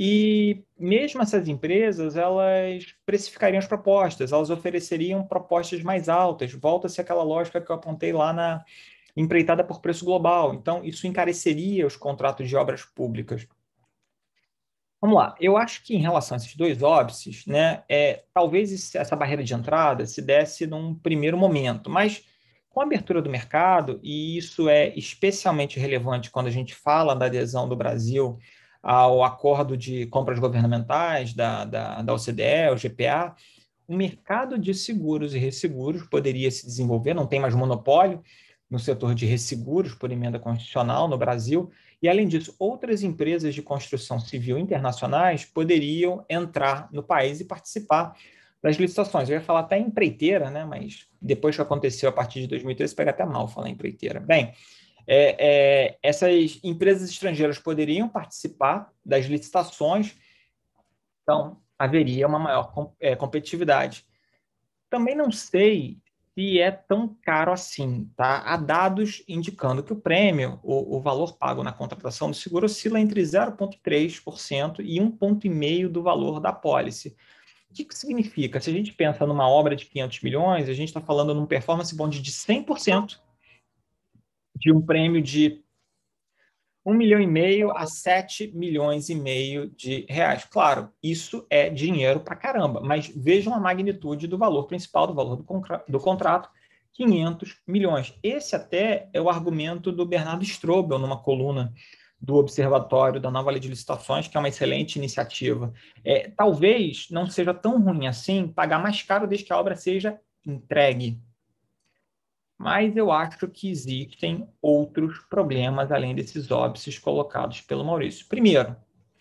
E mesmo essas empresas, elas precificariam as propostas, elas ofereceriam propostas mais altas. Volta-se àquela lógica que eu apontei lá na empreitada por preço global. Então, isso encareceria os contratos de obras públicas. Vamos lá, eu acho que em relação a esses dois óbices, né, talvez essa barreira de entrada se desse num primeiro momento, mas com a abertura do mercado, e isso é especialmente relevante quando a gente fala da adesão do Brasil ao acordo de compras governamentais da OCDE, o GPA, o mercado de seguros e resseguros poderia se desenvolver, não tem mais monopólio no setor de resseguros por emenda constitucional no Brasil, e, além disso, outras empresas de construção civil internacionais poderiam entrar no país e participar das licitações. Eu ia falar até empreiteira, né? Mas depois que aconteceu a partir de 2013, pega até mal falar empreiteira. Bem, essas empresas estrangeiras poderiam participar das licitações, então haveria uma maior competitividade. Também não sei se é tão caro assim, tá? Há dados indicando que o prêmio, o valor pago na contratação do seguro, oscila entre 0,3% e 1,5% do valor da pólice. O que significa? Se a gente pensa numa obra de 500 milhões, a gente está falando num performance bond de 100% de um prêmio de 1,5 milhão a 7,5 milhões de reais. Claro, isso é dinheiro para caramba, mas vejam a magnitude do valor principal, do valor do contrato, 500 milhões. Esse até é o argumento do Bernardo Strobel, numa coluna do Observatório da Nova Lei de Licitações, que é uma excelente iniciativa. Talvez não seja tão ruim assim pagar mais caro desde que a obra seja entregue. Mas eu acho que existem outros problemas além desses óbices colocados pelo Maurício. Primeiro,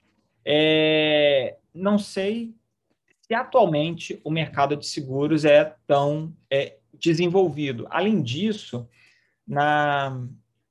não sei se atualmente o mercado de seguros é tão desenvolvido. Além disso, na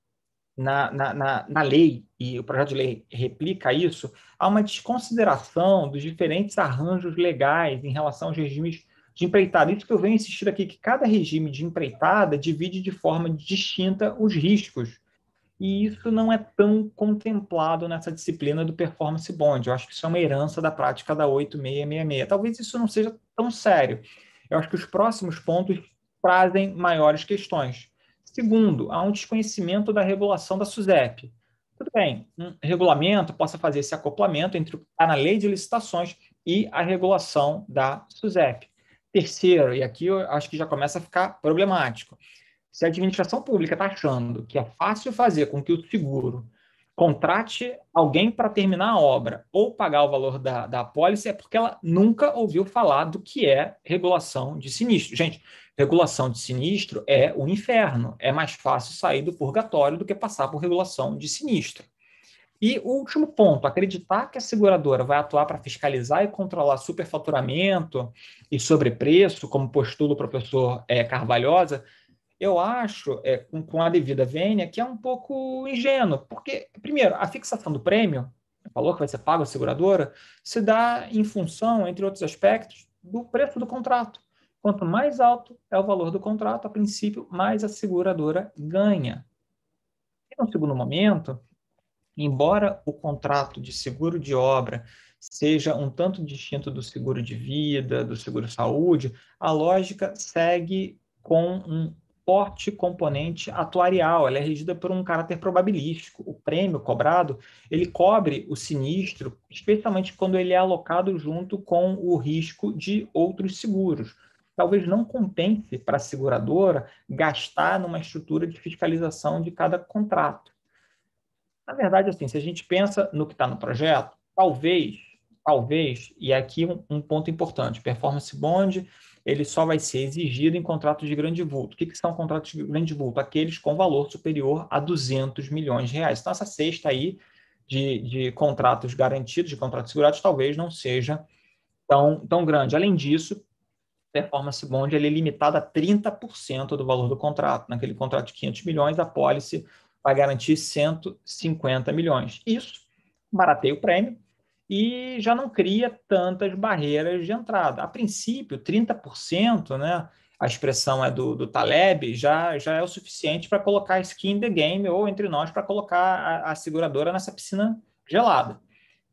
lei, e o projeto de lei replica isso, há uma desconsideração dos diferentes arranjos legais em relação aos regimes de empreitada. Isso que eu venho insistir aqui, que cada regime de empreitada divide de forma distinta os riscos. E isso não é tão contemplado nessa disciplina do performance bond. Eu acho que isso é uma herança da prática da 8666. Talvez isso não seja tão sério. Eu acho que os próximos pontos trazem maiores questões. Segundo, há um desconhecimento da regulação da SUSEP. Tudo bem, um regulamento possa fazer esse acoplamento entre o que está na lei de licitações e a regulação da SUSEP. Terceiro, e aqui eu acho que já começa a ficar problemático, se a administração pública está achando que é fácil fazer com que o seguro contrate alguém para terminar a obra ou pagar o valor da apólice, é porque ela nunca ouviu falar do que é regulação de sinistro. Gente, regulação de sinistro é o inferno. É mais fácil sair do purgatório do que passar por regulação de sinistro. E o último ponto, acreditar que a seguradora vai atuar para fiscalizar e controlar superfaturamento e sobrepreço, como postula o professor Carvalhosa, eu acho, com a devida vênia, que é um pouco ingênuo, porque, primeiro, a fixação do prêmio, o valor que vai ser pago à seguradora, se dá em função, entre outros aspectos, do preço do contrato. Quanto mais alto é o valor do contrato, a princípio, mais a seguradora ganha. E, no segundo momento, embora o contrato de seguro de obra seja um tanto distinto do seguro de vida, do seguro saúde, a lógica segue com um forte componente atuarial, ela é regida por um caráter probabilístico. O prêmio cobrado, ele cobre o sinistro, especialmente quando ele é alocado junto com o risco de outros seguros. Talvez não compense para a seguradora gastar numa estrutura de fiscalização de cada contrato. Na verdade, assim, se a gente pensa no que está no projeto, talvez, e aqui um ponto importante, performance bond, ele só vai ser exigido em contratos de grande vulto. O que são contratos de grande vulto? Aqueles com valor superior a 200 milhões de reais. Então, essa cesta aí de contratos garantidos, de contratos segurados, talvez não seja tão grande. Além disso, performance bond ele é limitado a 30% do valor do contrato. Naquele contrato de 500 milhões, a pólice vai garantir 150 milhões. Isso barateia o prêmio e já não cria tantas barreiras de entrada. A princípio, 30%, né, a expressão é do Taleb, já é o suficiente para colocar skin in the game, ou entre nós, para colocar a seguradora nessa piscina gelada.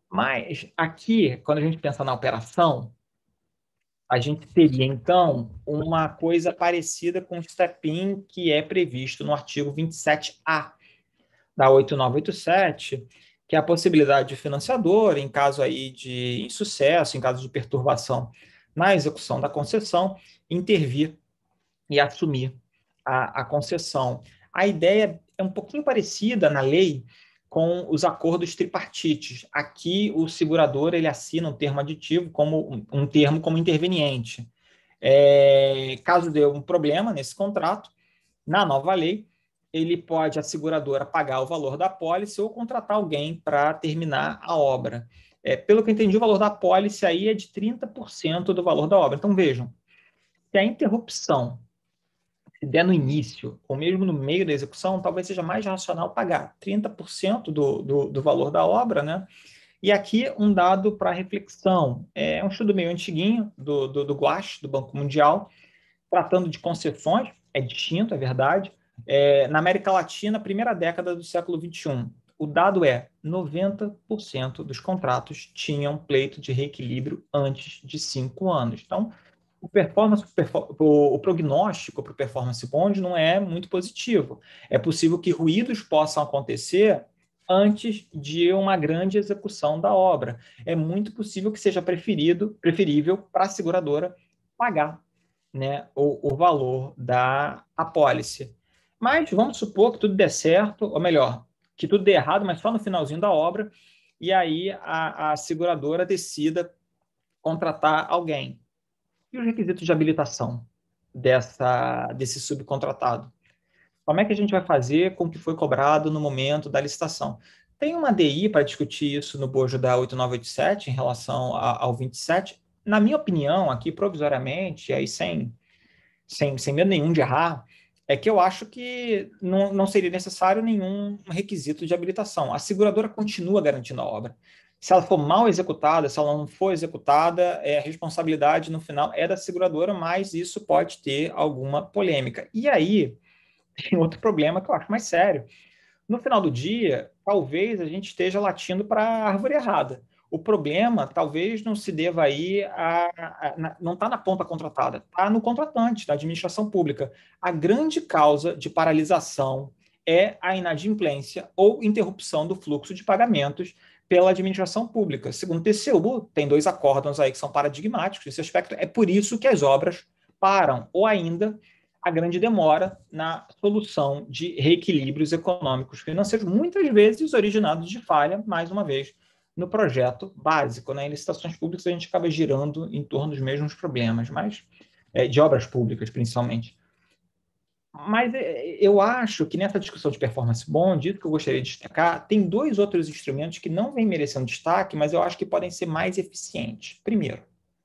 Mas aqui, quando a gente pensa na operação, a gente teria, então, uma coisa parecida com o step-in que é previsto no artigo 27A da 8987, que é a possibilidade de financiador, em caso aí de insucesso, em caso de perturbação na execução da concessão, intervir e assumir a concessão. A ideia é um pouquinho parecida na lei com os acordos tripartites. Aqui, o segurador ele assina um termo aditivo como um termo como interveniente. Caso dê um problema nesse contrato, na nova lei, ele pode, a seguradora, pagar o valor da apólice ou contratar alguém para terminar a obra. Pelo que eu entendi, o valor da apólice aí é de 30% do valor da obra. Então, vejam, se a interrupção se der no início, ou mesmo no meio da execução, talvez seja mais racional pagar 30% do valor da obra, né? E aqui um dado para reflexão. É um estudo meio antiguinho do GUACH, do Banco Mundial, tratando de concessões, é distinto, é verdade. Na América Latina, primeira década do século XXI, o dado é 90% dos contratos tinham pleito de reequilíbrio antes de 5 anos. Então, o prognóstico para o performance bond não é muito positivo. É possível que ruídos possam acontecer antes de uma grande execução da obra. É muito possível que seja preferível para a seguradora pagar, né, o valor da apólice. Mas vamos supor que tudo dê certo, ou melhor, que tudo dê errado, mas só no finalzinho da obra, e aí a seguradora decida contratar alguém. E os requisitos de habilitação desse subcontratado? Como é que a gente vai fazer com o que foi cobrado no momento da licitação? Tem uma DI para discutir isso no bojo da 8987 em relação ao 27. Na minha opinião, aqui provisoriamente, aí sem medo nenhum de errar, é que eu acho que não seria necessário nenhum requisito de habilitação. A seguradora continua garantindo a obra. Se ela for mal executada, se ela não for executada, a responsabilidade no final é da seguradora, mas isso pode ter alguma polêmica. E aí tem outro problema que eu acho mais sério. No final do dia, talvez a gente esteja latindo para a árvore errada. O problema talvez não se deva aí não está na ponta contratada, está no contratante, na administração pública. A grande causa de paralisação é a inadimplência ou interrupção do fluxo de pagamentos pela administração pública. Segundo o TCU, tem 2 acórdãos aí que são paradigmáticos nesse aspecto. É por isso que as obras param, ou ainda a grande demora na solução de reequilíbrios econômicos financeiros, muitas vezes originados de falha, mais uma vez, no projeto básico. Né? Em licitações públicas, a gente acaba girando em torno dos mesmos problemas, mas de obras públicas, principalmente. Mas eu acho que nessa discussão de performance bond, isso que eu gostaria de destacar, tem 2 outros instrumentos que não vêm merecendo destaque, mas eu acho que podem ser mais eficientes. Primeiro,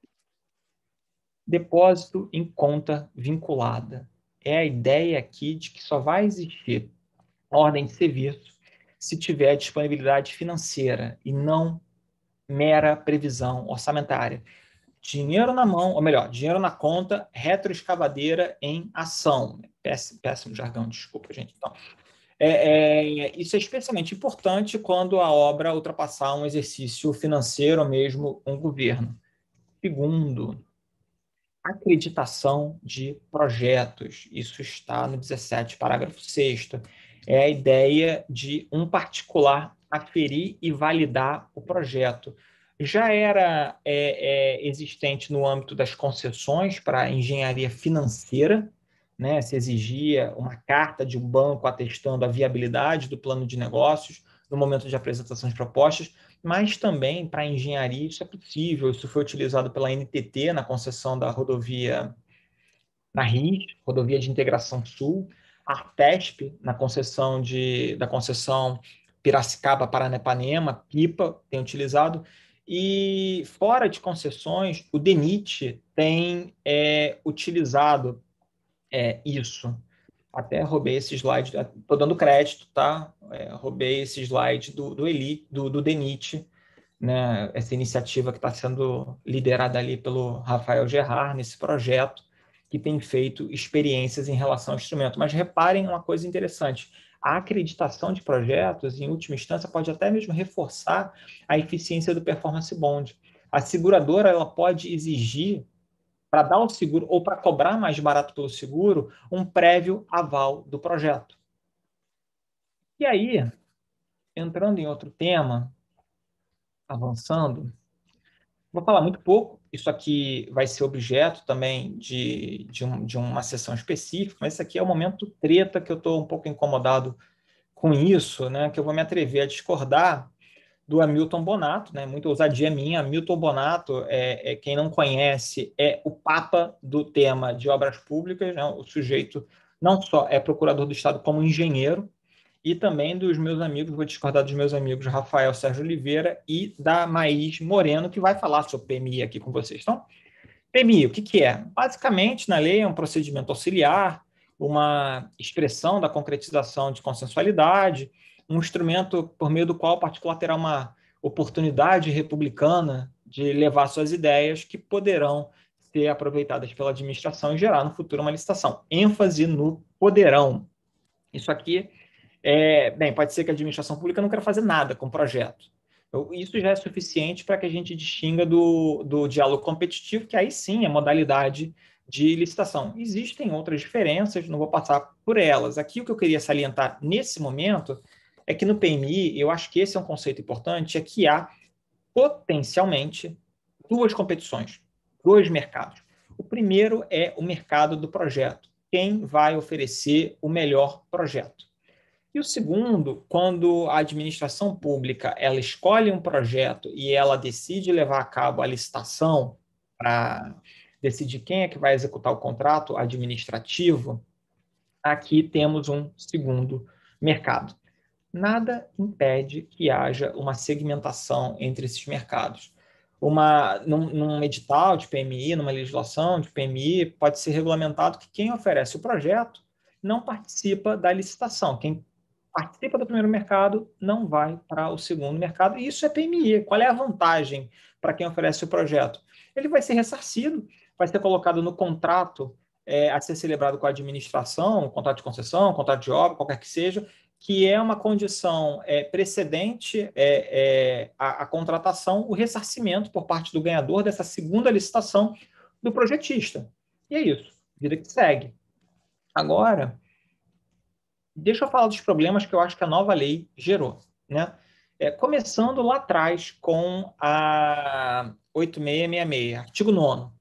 depósito em conta vinculada. É a ideia aqui de que só vai existir ordem de serviço se tiver disponibilidade financeira e não mera previsão orçamentária. Dinheiro na mão, ou melhor, dinheiro na conta, retroescavadeira em ação. Péssimo jargão, desculpa, gente. Então, isso é especialmente importante quando a obra ultrapassar um exercício financeiro ou mesmo um governo. Segundo, acreditação de projetos. Isso está no 17, parágrafo 6º. É a ideia de um particular aferir e validar o projeto. Já era existente no âmbito das concessões para engenharia financeira, né? Se exigia uma carta de um banco atestando a viabilidade do plano de negócios no momento de apresentação de propostas, mas também para engenharia isso é possível. Isso foi utilizado pela NTT na concessão da rodovia na RIS, Rodovia de Integração Sul, a Artesp na da concessão Piracicaba-Paranapanema, PIPA, tem utilizado. E fora de concessões, o DENIT tem utilizado isso. Até roubei esse slide, estou dando crédito, tá? Roubei esse slide do DENIT, né? Essa iniciativa que está sendo liderada ali pelo Rafael Gerard nesse projeto, que tem feito experiências em relação ao instrumento. Mas reparem uma coisa interessante, A acreditação de projetos, em última instância, pode até mesmo reforçar a eficiência do performance bond. A seguradora ela pode exigir, para dar o seguro ou para cobrar mais barato pelo seguro, um prévio aval do projeto. E aí, entrando em outro tema, avançando, vou falar muito pouco, isso aqui vai ser objeto também de uma sessão específica, mas isso aqui é o momento treta que eu estou um pouco incomodado com isso, né, que eu vou me atrever a discordar do Hamilton Bonato, né, muita ousadia minha. Hamilton Bonato, quem não conhece, é o papa do tema de obras públicas, né, o sujeito não só é procurador do Estado como engenheiro, e também dos meus amigos, vou discordar dos meus amigos Rafael Sérgio Oliveira e da Maís Moreno, que vai falar sobre PMI aqui com vocês. Então, PMI, o que é? Basicamente, na lei, é um procedimento auxiliar, uma expressão da concretização de consensualidade, um instrumento por meio do qual o particular terá uma oportunidade republicana de levar suas ideias que poderão ser aproveitadas pela administração e gerar no futuro uma licitação. ênfase no poderão. Isso aqui bem, pode ser que a administração pública não queira fazer nada com o projeto. Isso já é suficiente para que a gente distinga do diálogo competitivo, que aí sim é modalidade de licitação. Existem outras diferenças, não vou passar por elas. Aqui o que eu queria salientar nesse momento é que no PMI, eu acho que esse é um conceito importante, é que há potencialmente duas competições, dois mercados. O primeiro é o mercado do projeto. Quem vai oferecer o melhor projeto? E o segundo, quando a administração pública ela escolhe um projeto e ela decide levar a cabo a licitação para decidir quem é que vai executar o contrato administrativo, aqui temos um segundo mercado. Nada impede que haja uma segmentação entre esses mercados. Num edital de PMI, numa legislação de PMI, pode ser regulamentado que quem oferece o projeto não participa da licitação. Quem participa do primeiro mercado não vai para o segundo mercado. E isso é PMI. Qual é a vantagem para quem oferece o projeto? Ele vai ser ressarcido, vai ser colocado no contrato a ser celebrado com a administração, contrato de concessão, contrato de obra, qualquer que seja, que é uma condição precedente à contratação, o ressarcimento por parte do ganhador dessa segunda licitação do projetista. E é isso, vida que segue. Agora, deixa eu falar dos problemas que eu acho que a nova lei gerou, né? Começando lá atrás com a 8666, artigo 9º.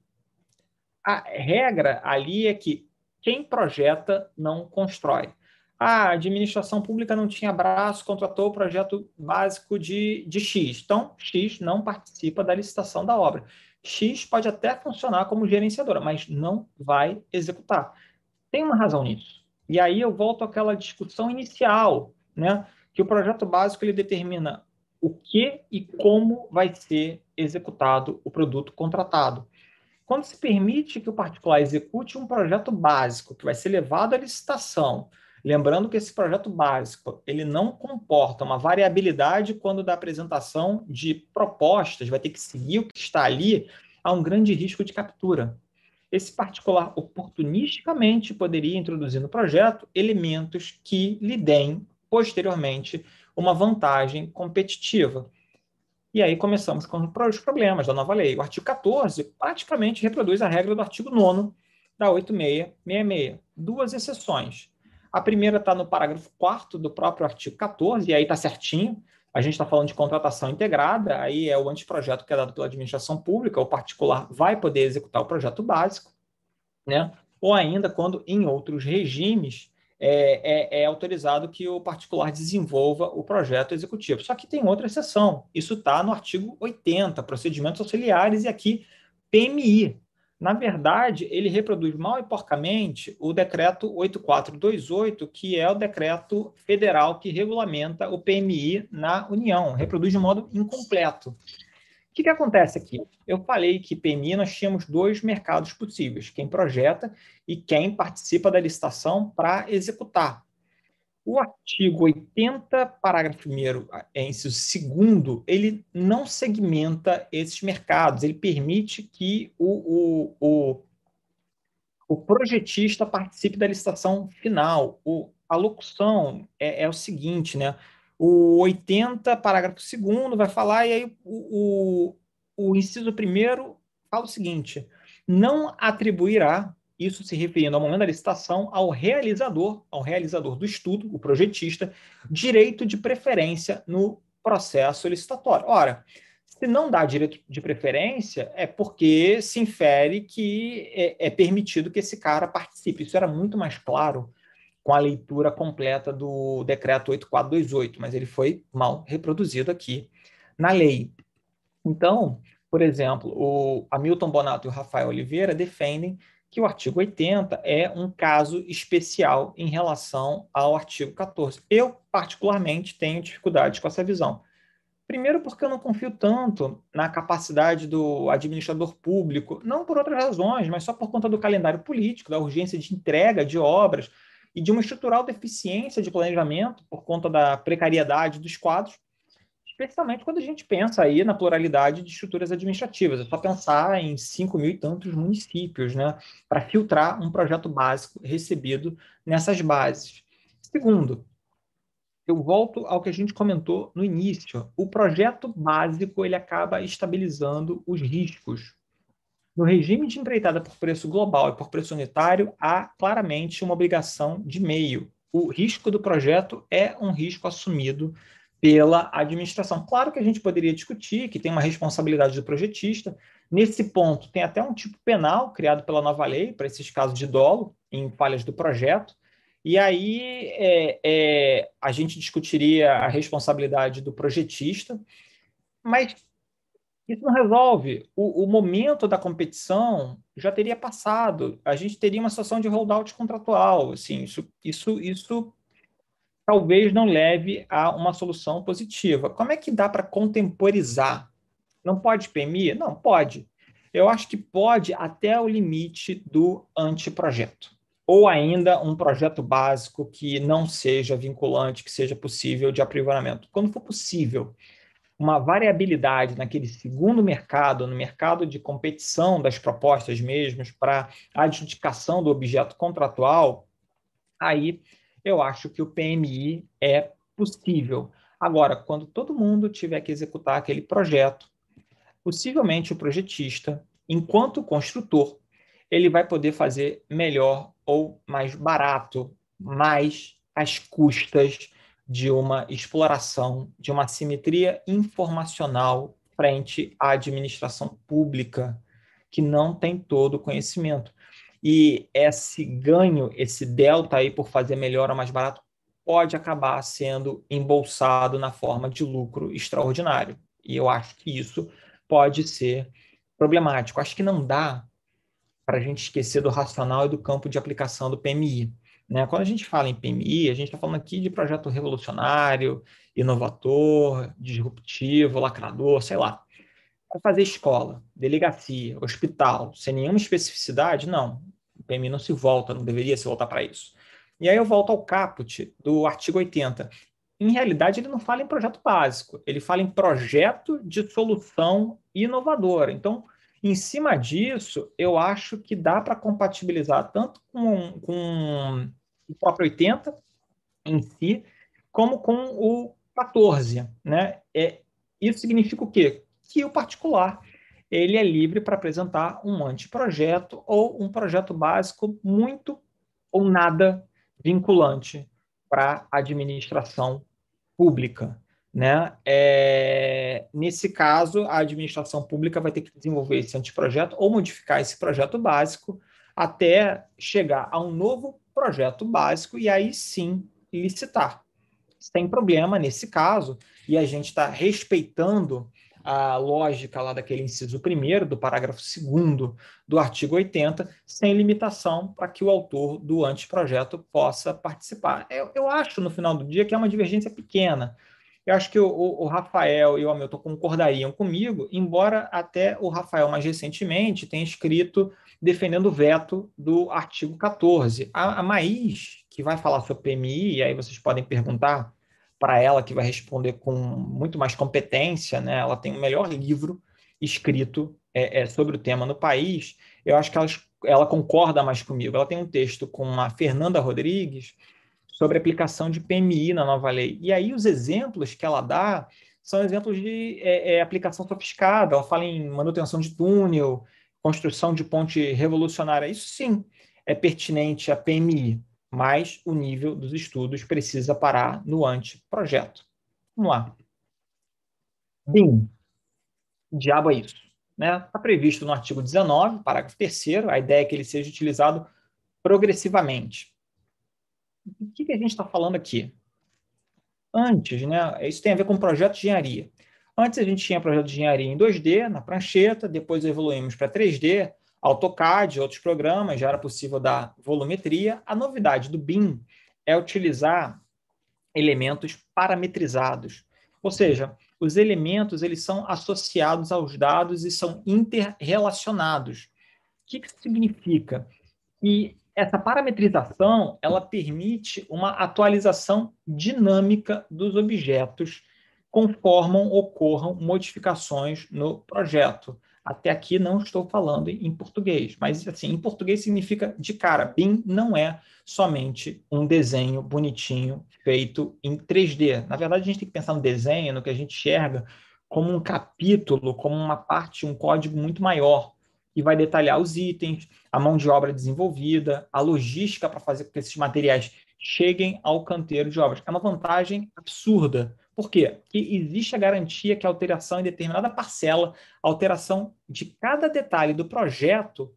A regra ali é que quem projeta não constrói. A administração pública não tinha braço, contratou o projeto básico de X. Então, X não participa da licitação da obra. X pode até funcionar como gerenciadora, mas não vai executar. Tem uma razão nisso. E aí eu volto àquela discussão inicial, né? Que o projeto básico ele determina o que e como vai ser executado o produto contratado. Quando se permite que o particular execute um projeto básico que vai ser levado à licitação, lembrando que esse projeto básico ele não comporta uma variabilidade quando da apresentação de propostas, vai ter que seguir o que está ali, há um grande risco de captura. Esse particular oportunisticamente poderia introduzir no projeto elementos que lhe deem, posteriormente, uma vantagem competitiva. E aí começamos com os problemas da nova lei. O artigo 14 praticamente reproduz a regra do artigo 9º da 8666. Duas exceções. A primeira está no parágrafo 4º do próprio artigo 14, e aí está certinho. A gente está falando de contratação integrada, aí é o anteprojeto que é dado pela administração pública, o particular vai poder executar o projeto básico, né? Ou ainda quando em outros regimes é autorizado que o particular desenvolva o projeto executivo. Só que tem outra exceção. Isso está no artigo 80, procedimentos auxiliares, e aqui PMI. Na verdade, ele reproduz mal e porcamente o decreto 8428, que é o decreto federal que regulamenta o PMI na União. Reproduz de modo incompleto. O que acontece aqui? Eu falei que PMI nós tínhamos dois mercados possíveis, quem projeta e quem participa da licitação para executar. O artigo 80, parágrafo 1º, inciso 2º, ele não segmenta esses mercados, ele permite que o projetista participe da licitação final. a locução é o seguinte, né? O 80, parágrafo 2º, vai falar, e aí o inciso primeiro fala o seguinte: não atribuirá, isso se referindo ao momento da licitação, ao realizador do estudo, o projetista, direito de preferência no processo licitatório. Ora, se não dá direito de preferência, é porque se infere que é permitido que esse cara participe. Isso era muito mais claro com a leitura completa do decreto 8428, mas ele foi mal reproduzido aqui na lei. Então, por exemplo, o Hamilton Bonato e o Rafael Oliveira defendem que o artigo 80 é um caso especial em relação ao artigo 14. Eu, particularmente, tenho dificuldades com essa visão. Primeiro, porque eu não confio tanto na capacidade do administrador público, não por outras razões, mas só por conta do calendário político, da urgência de entrega de obras e de uma estrutural deficiência de planejamento por conta da precariedade dos quadros, especialmente quando a gente pensa aí na pluralidade de estruturas administrativas. É só pensar em 5.000 e tantos municípios, né, para filtrar um projeto básico recebido nessas bases. Segundo, eu volto ao que a gente comentou no início. O projeto básico ele acaba estabilizando os riscos. No regime de empreitada por preço global e por preço unitário, há claramente uma obrigação de meio. O risco do projeto é um risco assumido pela administração. Claro que a gente poderia discutir que tem uma responsabilidade do projetista. Nesse ponto, tem até um tipo penal criado pela nova lei para esses casos de dolo em falhas do projeto. E aí a gente discutiria a responsabilidade do projetista, mas isso não resolve. O momento da competição já teria passado. A gente teria uma situação de holdout contratual. Assim, isso talvez não leve a uma solução positiva. Como é que dá para contemporizar? Não pode PMI? Não, pode. Eu acho que pode até o limite do anteprojeto. Ou ainda um projeto básico que não seja vinculante, que seja possível de aprimoramento. Quando for possível uma variabilidade naquele segundo mercado, no mercado de competição das propostas mesmas para a adjudicação do objeto contratual, aí eu acho que o PMI é possível. Agora, quando todo mundo tiver que executar aquele projeto, possivelmente o projetista, enquanto construtor, ele vai poder fazer melhor ou mais barato, mais às custas de uma exploração, de uma assimetria informacional frente à administração pública, que não tem todo o conhecimento. E esse ganho, esse delta aí por fazer melhor ou mais barato, pode acabar sendo embolsado na forma de lucro extraordinário. E eu acho que isso pode ser problemático. Acho que não dá para a gente esquecer do racional e do campo de aplicação do PMI. Né? Quando a gente fala em PMI, a gente está falando aqui de projeto revolucionário, inovador, disruptivo, lacrador, sei lá. Para fazer escola, delegacia, hospital, sem nenhuma especificidade, não. O PMI não se volta, não deveria se voltar para isso. E aí eu volto ao caput do artigo 80. Em realidade, ele não fala em projeto básico, ele fala em projeto de solução inovadora. Então, em cima disso, eu acho que dá para compatibilizar tanto com o próprio 80 em si, como com o 14. Né? Isso significa o quê? Que o particular ele é livre para apresentar um anteprojeto ou um projeto básico muito ou nada vinculante para a administração pública. Né? Nesse caso, a administração pública vai ter que desenvolver esse anteprojeto ou modificar esse projeto básico até chegar a um novo projeto básico e aí sim licitar. Sem problema nesse caso, e a gente está respeitando a lógica lá daquele inciso 1º, do parágrafo 2º do artigo 80, sem limitação para que o autor do anteprojeto possa participar. Eu acho, no final do dia, que é uma divergência pequena. Eu acho que o Rafael e o Hamilton concordariam comigo, embora até o Rafael, mais recentemente, tenha escrito defendendo o veto do artigo 14. A Maís, que vai falar sobre PMI, e aí vocês podem perguntar para ela, que vai responder com muito mais competência, né? Ela tem o melhor livro escrito sobre o tema no país. Eu acho que ela concorda mais comigo. Ela tem um texto com a Fernanda Rodrigues sobre a aplicação de PMI na nova lei. E aí os exemplos que ela dá são exemplos de aplicação sofisticada. Ela fala em manutenção de túnel, construção de ponte revolucionária. Isso sim é pertinente à PMI, mas o nível dos estudos precisa parar no anteprojeto. Vamos lá. BIM. Diabo é isso, né? Está previsto no artigo 19, parágrafo 3º, a ideia é que ele seja utilizado progressivamente. O que a gente está falando aqui? Antes, né? Isso tem a ver com projeto de engenharia. Antes a gente tinha projeto de engenharia em 2D, na prancheta, depois evoluímos para 3D, AutoCAD, outros programas, já era possível dar volumetria. A novidade do BIM é utilizar elementos parametrizados, ou seja, os elementos eles são associados aos dados e são interrelacionados. O que isso significa? E essa parametrização ela permite uma atualização dinâmica dos objetos conforme ocorram modificações no projeto. Até aqui não estou falando em português, mas assim, em português significa de cara, BIM não é somente um desenho bonitinho feito em 3D. Na verdade, a gente tem que pensar no desenho, no que a gente enxerga, como um capítulo, como uma parte, um código muito maior, que vai detalhar os itens, a mão de obra desenvolvida, a logística para fazer com que esses materiais cheguem ao canteiro de obras. É uma vantagem absurda. Por quê? Porque existe a garantia que a alteração em determinada parcela, a alteração de cada detalhe do projeto,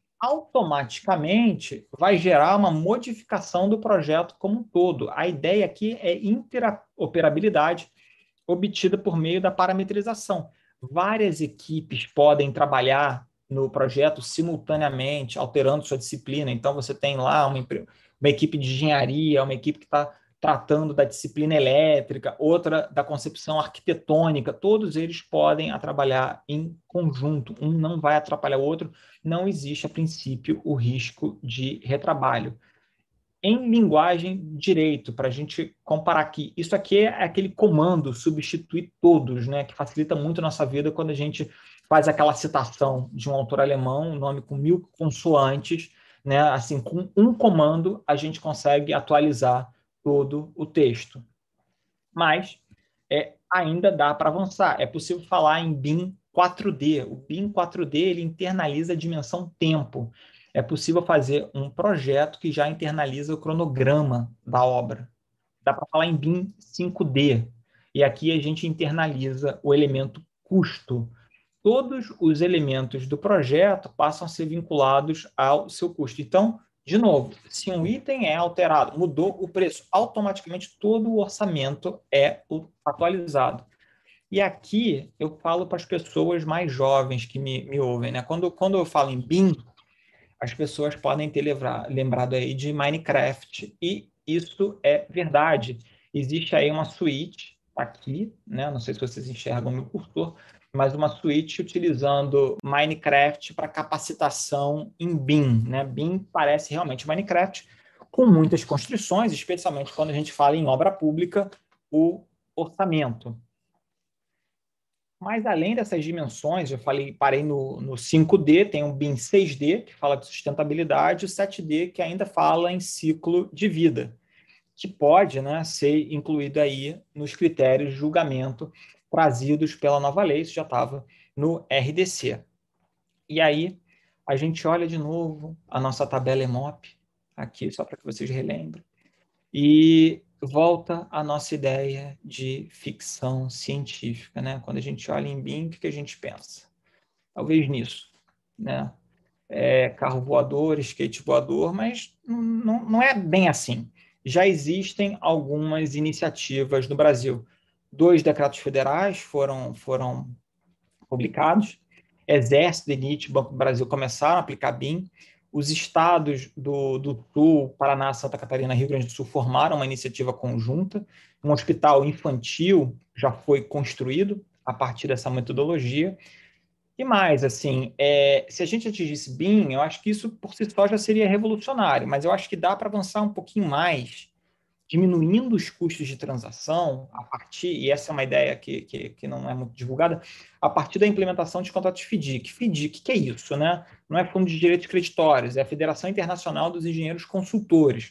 automaticamente vai gerar uma modificação do projeto como um todo. A ideia aqui é interoperabilidade obtida por meio da parametrização. Várias equipes podem trabalhar no projeto simultaneamente, alterando sua disciplina. Então, você tem lá uma equipe de engenharia, uma equipe que está tratando da disciplina elétrica, outra da concepção arquitetônica. Todos eles podem trabalhar em conjunto. Um não vai atrapalhar o outro. Não existe, a princípio, o risco de retrabalho. Em linguagem direito, para a gente comparar aqui, isso aqui é aquele comando substituir todos, né, que facilita muito a nossa vida quando a gente faz aquela citação de um autor alemão, um nome com 1000 consoantes, né, assim, com um comando a gente consegue atualizar todo o texto. Mas ainda dá para avançar. É possível falar em BIM 4D. O BIM 4D ele internaliza a dimensão tempo. É possível fazer um projeto que já internaliza o cronograma da obra. Dá para falar em BIM 5D. E aqui a gente internaliza o elemento custo. Todos os elementos do projeto passam a ser vinculados ao seu custo. Então, de novo, se um item é alterado, mudou o preço, automaticamente todo o orçamento é atualizado. E aqui eu falo para as pessoas mais jovens que me ouvem, né? Quando eu falo em BIM, as pessoas podem ter lembrado aí de Minecraft, e isso é verdade. Existe aí uma suíte aqui, né? Não sei se vocês enxergam o meu cursor, mas uma suíte utilizando Minecraft para capacitação em BIM, né? BIM parece realmente Minecraft, com muitas constrições, especialmente quando a gente fala em obra pública, o orçamento. Mas além dessas dimensões, eu parei no 5D, tem um BIM 6D, que fala de sustentabilidade, e o 7D, que ainda fala em ciclo de vida, que pode, né, ser incluído aí nos critérios de julgamento trazidos pela nova lei, isso já estava no RDC. E aí, a gente olha de novo a nossa tabela EMOP, aqui, só para que vocês relembrem, e volta a nossa ideia de ficção científica, né? Quando a gente olha em BIM, o que a gente pensa? Talvez nisso, né? Carro voador, skate voador, mas não é bem assim. Já existem algumas iniciativas no Brasil. 2 decretos federais foram publicados. Exército, DENIT, Banco do Brasil começaram a aplicar BIM. Os estados do Sul, Paraná, Santa Catarina, Rio Grande do Sul formaram uma iniciativa conjunta. Um hospital infantil já foi construído a partir dessa metodologia. E mais, assim, se a gente atingisse BIM, eu acho que isso por si só já seria revolucionário, mas eu acho que dá para avançar um pouquinho mais, diminuindo os custos de transação a partir, e essa é uma ideia que não é muito divulgada, a partir da implementação de contratos FDIC. FDIC, que é isso, né? Não é Fundo de Direitos Creditórios, é a Federação Internacional dos Engenheiros Consultores.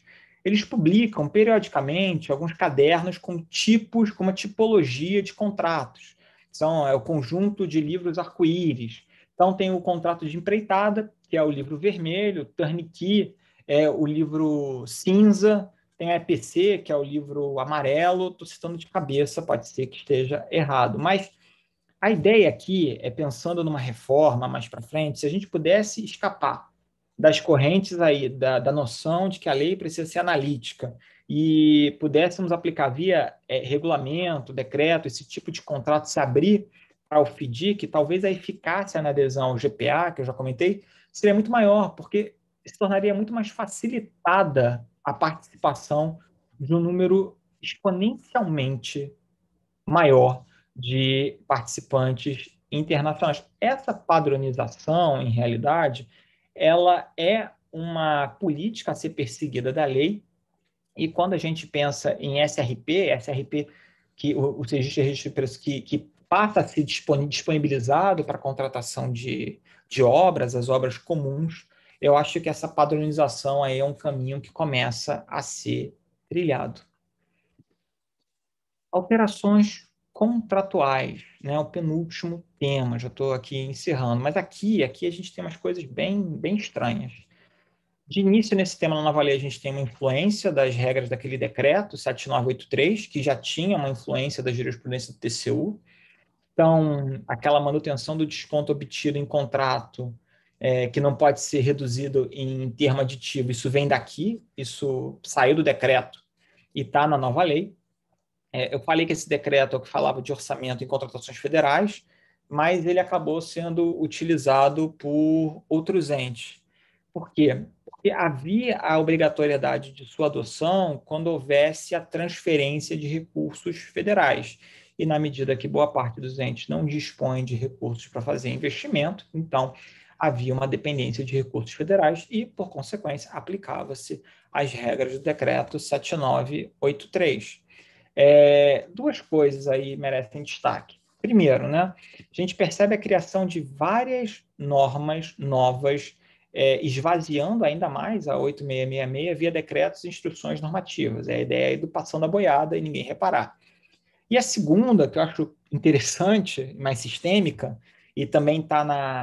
eles publicam periodicamente alguns cadernos com tipos, com uma tipologia de contratos. É o conjunto de livros arco-íris. Então, tem o contrato de empreitada, que é o livro vermelho, turnkey é o livro cinza, tem a EPC, que é o livro amarelo. Estou citando de cabeça, pode ser que esteja errado. Mas a ideia aqui é, pensando numa reforma mais para frente, se a gente pudesse escapar das correntes aí, da noção de que a lei precisa ser analítica e pudéssemos aplicar via regulamento, decreto, esse tipo de contrato se abrir para o FDIC, talvez a eficácia na adesão ao GPA, que eu já comentei, seria muito maior, porque se tornaria muito mais facilitada a participação de um número exponencialmente maior de participantes internacionais. Essa padronização, em realidade, ela é uma política a ser perseguida da lei, e quando a gente pensa em SRP, que o registro de preço que passa a ser disponibilizado para a contratação de obras, as obras comuns, eu acho que essa padronização aí é um caminho que começa a ser trilhado. Alterações contratuais, né? O penúltimo tema, já estou aqui encerrando, mas aqui a gente tem umas coisas bem estranhas. De início, nesse tema, na nova lei, a gente tem uma influência das regras daquele decreto 7983, que já tinha uma influência da jurisprudência do TCU. Então, aquela manutenção do desconto obtido em contrato, que não pode ser reduzido em termo aditivo, isso vem daqui, isso saiu do decreto e está na nova lei. Eu falei que esse decreto é o que falava de orçamento em contratações federais, mas ele acabou sendo utilizado por outros entes. Por quê? Porque havia a obrigatoriedade de sua adoção quando houvesse a transferência de recursos federais. E na medida que boa parte dos entes não dispõe de recursos para fazer investimento, então havia uma dependência de recursos federais e, por consequência, aplicava-se as regras do decreto 7983. Duas coisas aí merecem destaque. Primeiro, né, a gente percebe a criação de várias normas novas, esvaziando ainda mais a 8666 via decretos e instruções normativas. É a ideia aí do passando a boiada e ninguém reparar. E a segunda, que eu acho interessante, mais sistêmica, e também está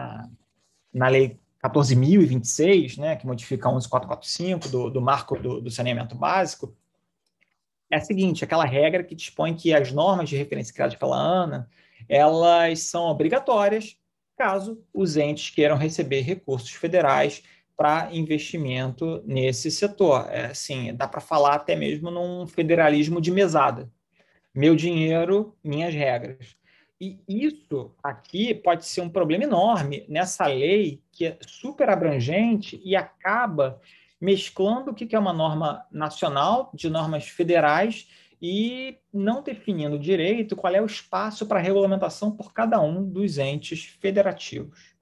na Lei 14.026, né, que modifica a 11.445 do marco do saneamento básico, é a seguinte, aquela regra que dispõe que as normas de referência criadas pela ANA, elas são obrigatórias caso os entes queiram receber recursos federais para investimento nesse setor. Assim, dá para falar até mesmo num federalismo de mesada. Meu dinheiro, minhas regras. E isso aqui pode ser um problema enorme nessa lei que é super abrangente e acaba mesclando o que é uma norma nacional de normas federais e não definindo direito qual é o espaço para regulamentação por cada um dos entes federativos.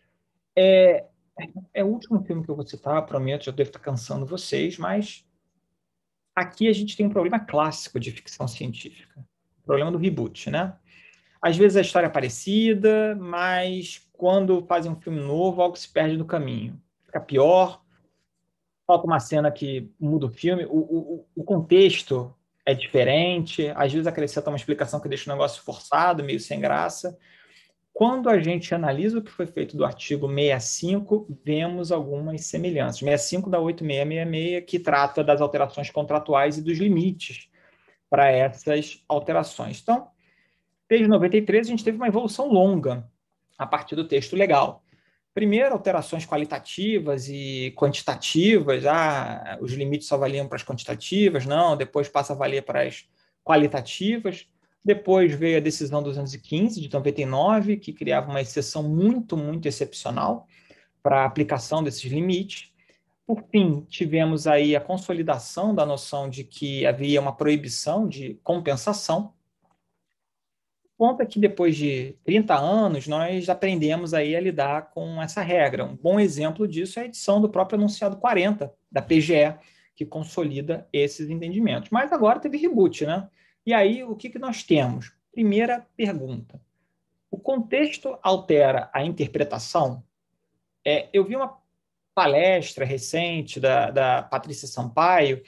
É o último filme que eu vou citar, prometo, já devo estar cansando vocês, mas aqui a gente tem um problema clássico de ficção científica. O problema do reboot, né? Às vezes a história é parecida, mas quando fazem um filme novo, algo se perde no caminho. Fica pior, falta uma cena que muda o filme, o contexto é diferente, às vezes acrescenta uma explicação que deixa o negócio forçado, meio sem graça. Quando a gente analisa o que foi feito do artigo 65, vemos algumas semelhanças. 65 da 8666, que trata das alterações contratuais e dos limites para essas alterações. Então, desde 93, a gente teve uma evolução longa a partir do texto legal. Primeiro, alterações qualitativas e quantitativas. Os limites só valiam para as quantitativas, não. Depois passa a valer para as qualitativas. Depois veio a decisão 215, de 99, que criava uma exceção muito excepcional para a aplicação desses limites. Por fim, tivemos aí a consolidação da noção de que havia uma proibição de compensação. Conta que depois de 30 anos, nós aprendemos aí a lidar com essa regra. Um bom exemplo disso é a edição do próprio enunciado 40 da PGE, que consolida esses entendimentos. Mas agora teve reboot, né? E aí, o que nós temos? Primeira pergunta. O contexto altera a interpretação? Eu vi uma palestra recente da Patrícia Sampaio,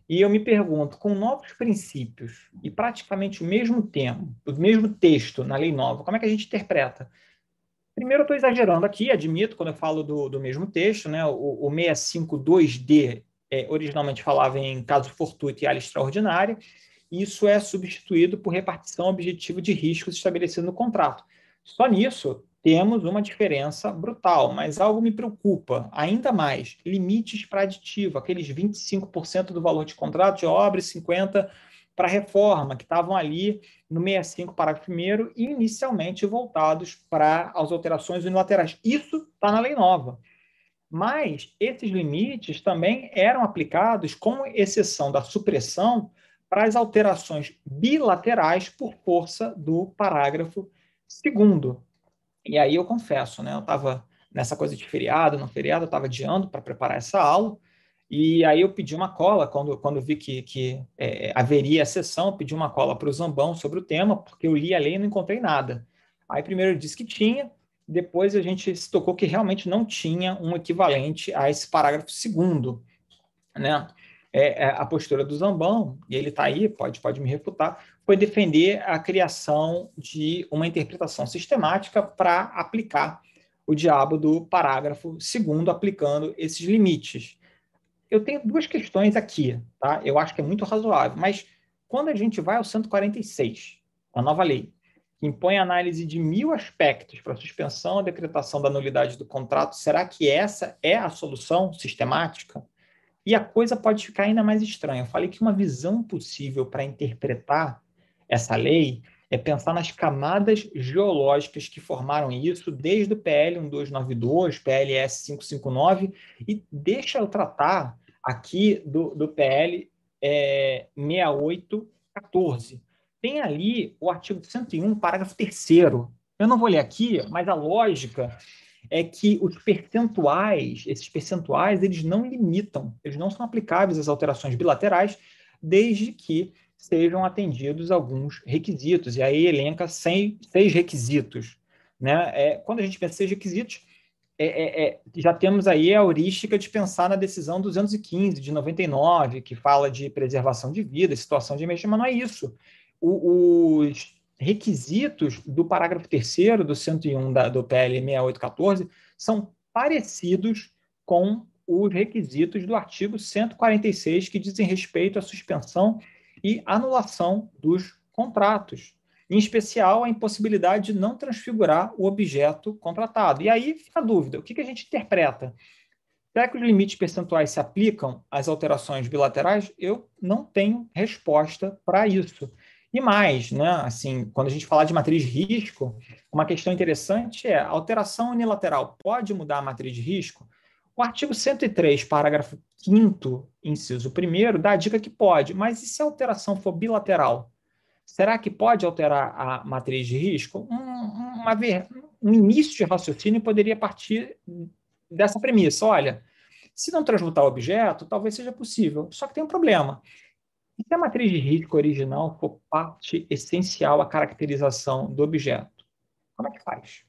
E eu me pergunto, com novos princípios e praticamente o mesmo termo, o mesmo texto na lei nova, como é que a gente interpreta? Primeiro, eu estou exagerando aqui, admito, quando eu falo do mesmo texto, né? O 652D originalmente falava em caso fortuito e área extraordinária, e isso é substituído por repartição objetiva de riscos estabelecido no contrato. Só nisso temos uma diferença brutal, mas algo me preocupa ainda mais: limites para aditivo, aqueles 25% do valor de contrato de obra e 50% para reforma, que estavam ali no 65, parágrafo 1º, e inicialmente voltados para as alterações unilaterais. Isso está na lei nova. Mas esses limites também eram aplicados, com exceção da supressão, para as alterações bilaterais por força do parágrafo 2º. E aí eu confesso, né, eu estava nessa coisa de feriado, não feriado, eu estava adiando para preparar essa aula, e aí eu pedi uma cola, quando vi que haveria a sessão, eu pedi uma cola para o Zambão sobre o tema, porque eu li a lei e não encontrei nada. Aí primeiro ele disse que tinha, depois a gente se tocou que realmente não tinha um equivalente a esse parágrafo 2º, né? A postura do Zambão, e ele está aí, pode me refutar, foi defender a criação de uma interpretação sistemática para aplicar o diabo do parágrafo 2º, aplicando esses limites. Eu tenho duas questões aqui, tá? Eu acho que é muito razoável, mas quando a gente vai ao 146, a nova lei, que impõe a análise de 1.000 aspectos para a suspensão ou decretação da nulidade do contrato, será que essa é a solução sistemática? E a coisa pode ficar ainda mais estranha. Eu falei que uma visão possível para interpretar essa lei é pensar nas camadas geológicas que formaram isso desde o PL 1292, PLS 559, e deixa eu tratar aqui do PL 6814. Tem ali o artigo 101, parágrafo 3º. Eu não vou ler aqui, mas a lógica é que os percentuais, esses percentuais, eles não limitam, eles não são aplicáveis às alterações bilaterais, desde que sejam atendidos alguns requisitos. E aí elenca seis requisitos. Né? Quando a gente pensa em 6 requisitos, já temos aí a heurística de pensar na decisão 215 de 99, que fala de preservação de vida, situação de emergência, mas não é isso. Os requisitos do parágrafo 3º do 101 do PL 6814 são parecidos com os requisitos do artigo 146, que dizem respeito à suspensão e anulação dos contratos, em especial a impossibilidade de não transfigurar o objeto contratado. E aí fica a dúvida: o que a gente interpreta? Será que os limites percentuais se aplicam às alterações bilaterais? Eu não tenho resposta para isso. E mais, né, assim, quando a gente falar de matriz de risco, uma questão interessante é: a alteração unilateral pode mudar a matriz de risco? O artigo 103, parágrafo 5º, inciso 1º, dá a dica que pode, mas e se a alteração for bilateral? Será que pode alterar a matriz de risco? Um início de raciocínio poderia partir dessa premissa: olha, se não transmutar o objeto, talvez seja possível. Só que tem um problema. E se a matriz de risco original for parte essencial à caracterização do objeto? Como é que faz?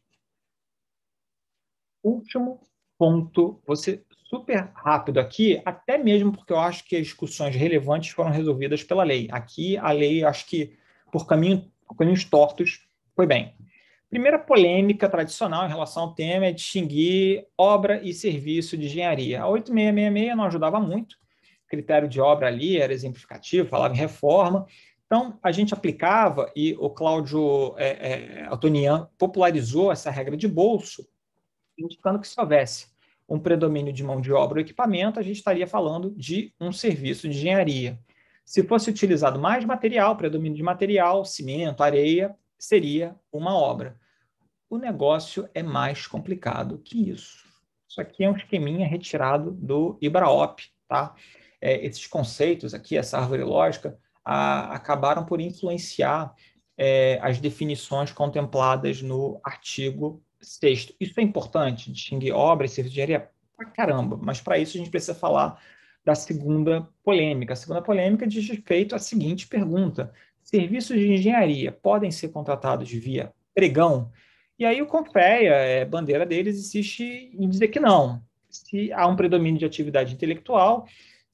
Último ponto, vou ser super rápido aqui, até mesmo porque eu acho que as discussões relevantes foram resolvidas pela lei. Aqui, a lei, acho que por caminhos tortos, foi bem. Primeira polêmica tradicional em relação ao tema é distinguir obra e serviço de engenharia. A 8666 não ajudava muito, o critério de obra ali era exemplificativo, falava em reforma. Então, a gente aplicava, e o Cláudio Altonian popularizou essa regra de bolso, indicando que se houvesse um predomínio de mão de obra ou equipamento, a gente estaria falando de um serviço de engenharia. Se fosse utilizado mais material, predomínio de material, cimento, areia, seria uma obra. O negócio é mais complicado que isso. Isso aqui é um esqueminha retirado do IBRAOP, tá? Esses conceitos aqui, essa árvore lógica, acabaram por influenciar as definições contempladas no artigo 6º. Isso é importante, distinguir obra e serviço de engenharia pra caramba, mas para isso a gente precisa falar da segunda polêmica. A segunda polêmica diz respeito à seguinte pergunta: serviços de engenharia podem ser contratados via pregão? E aí o CONFEA, bandeira deles, insiste em dizer que não. Se há um predomínio de atividade intelectual,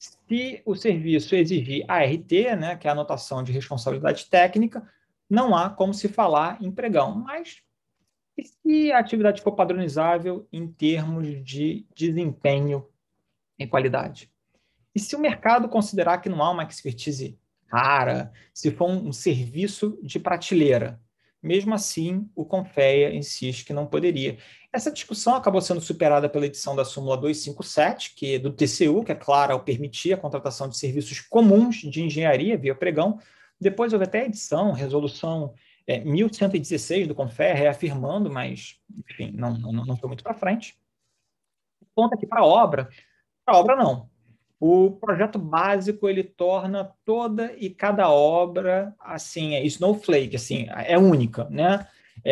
Se o serviço exigir ART, né, que é a anotação de responsabilidade técnica, não há como se falar em pregão. Mas e se a atividade for padronizável em termos de desempenho e qualidade? E se o mercado considerar que não há uma expertise rara, se for um serviço de prateleira? Mesmo assim, o Conferia insiste que não poderia. Essa discussão acabou sendo superada pela edição da súmula 257, que é do TCU, que é clara ao permitir a contratação de serviços comuns de engenharia via pregão. Depois houve até a edição, resolução 1116 do Conferia, reafirmando, mas, enfim, não foi muito para frente. Ponto aqui para a obra não. O projeto básico ele torna toda e cada obra assim, snowflake, assim, é única, né?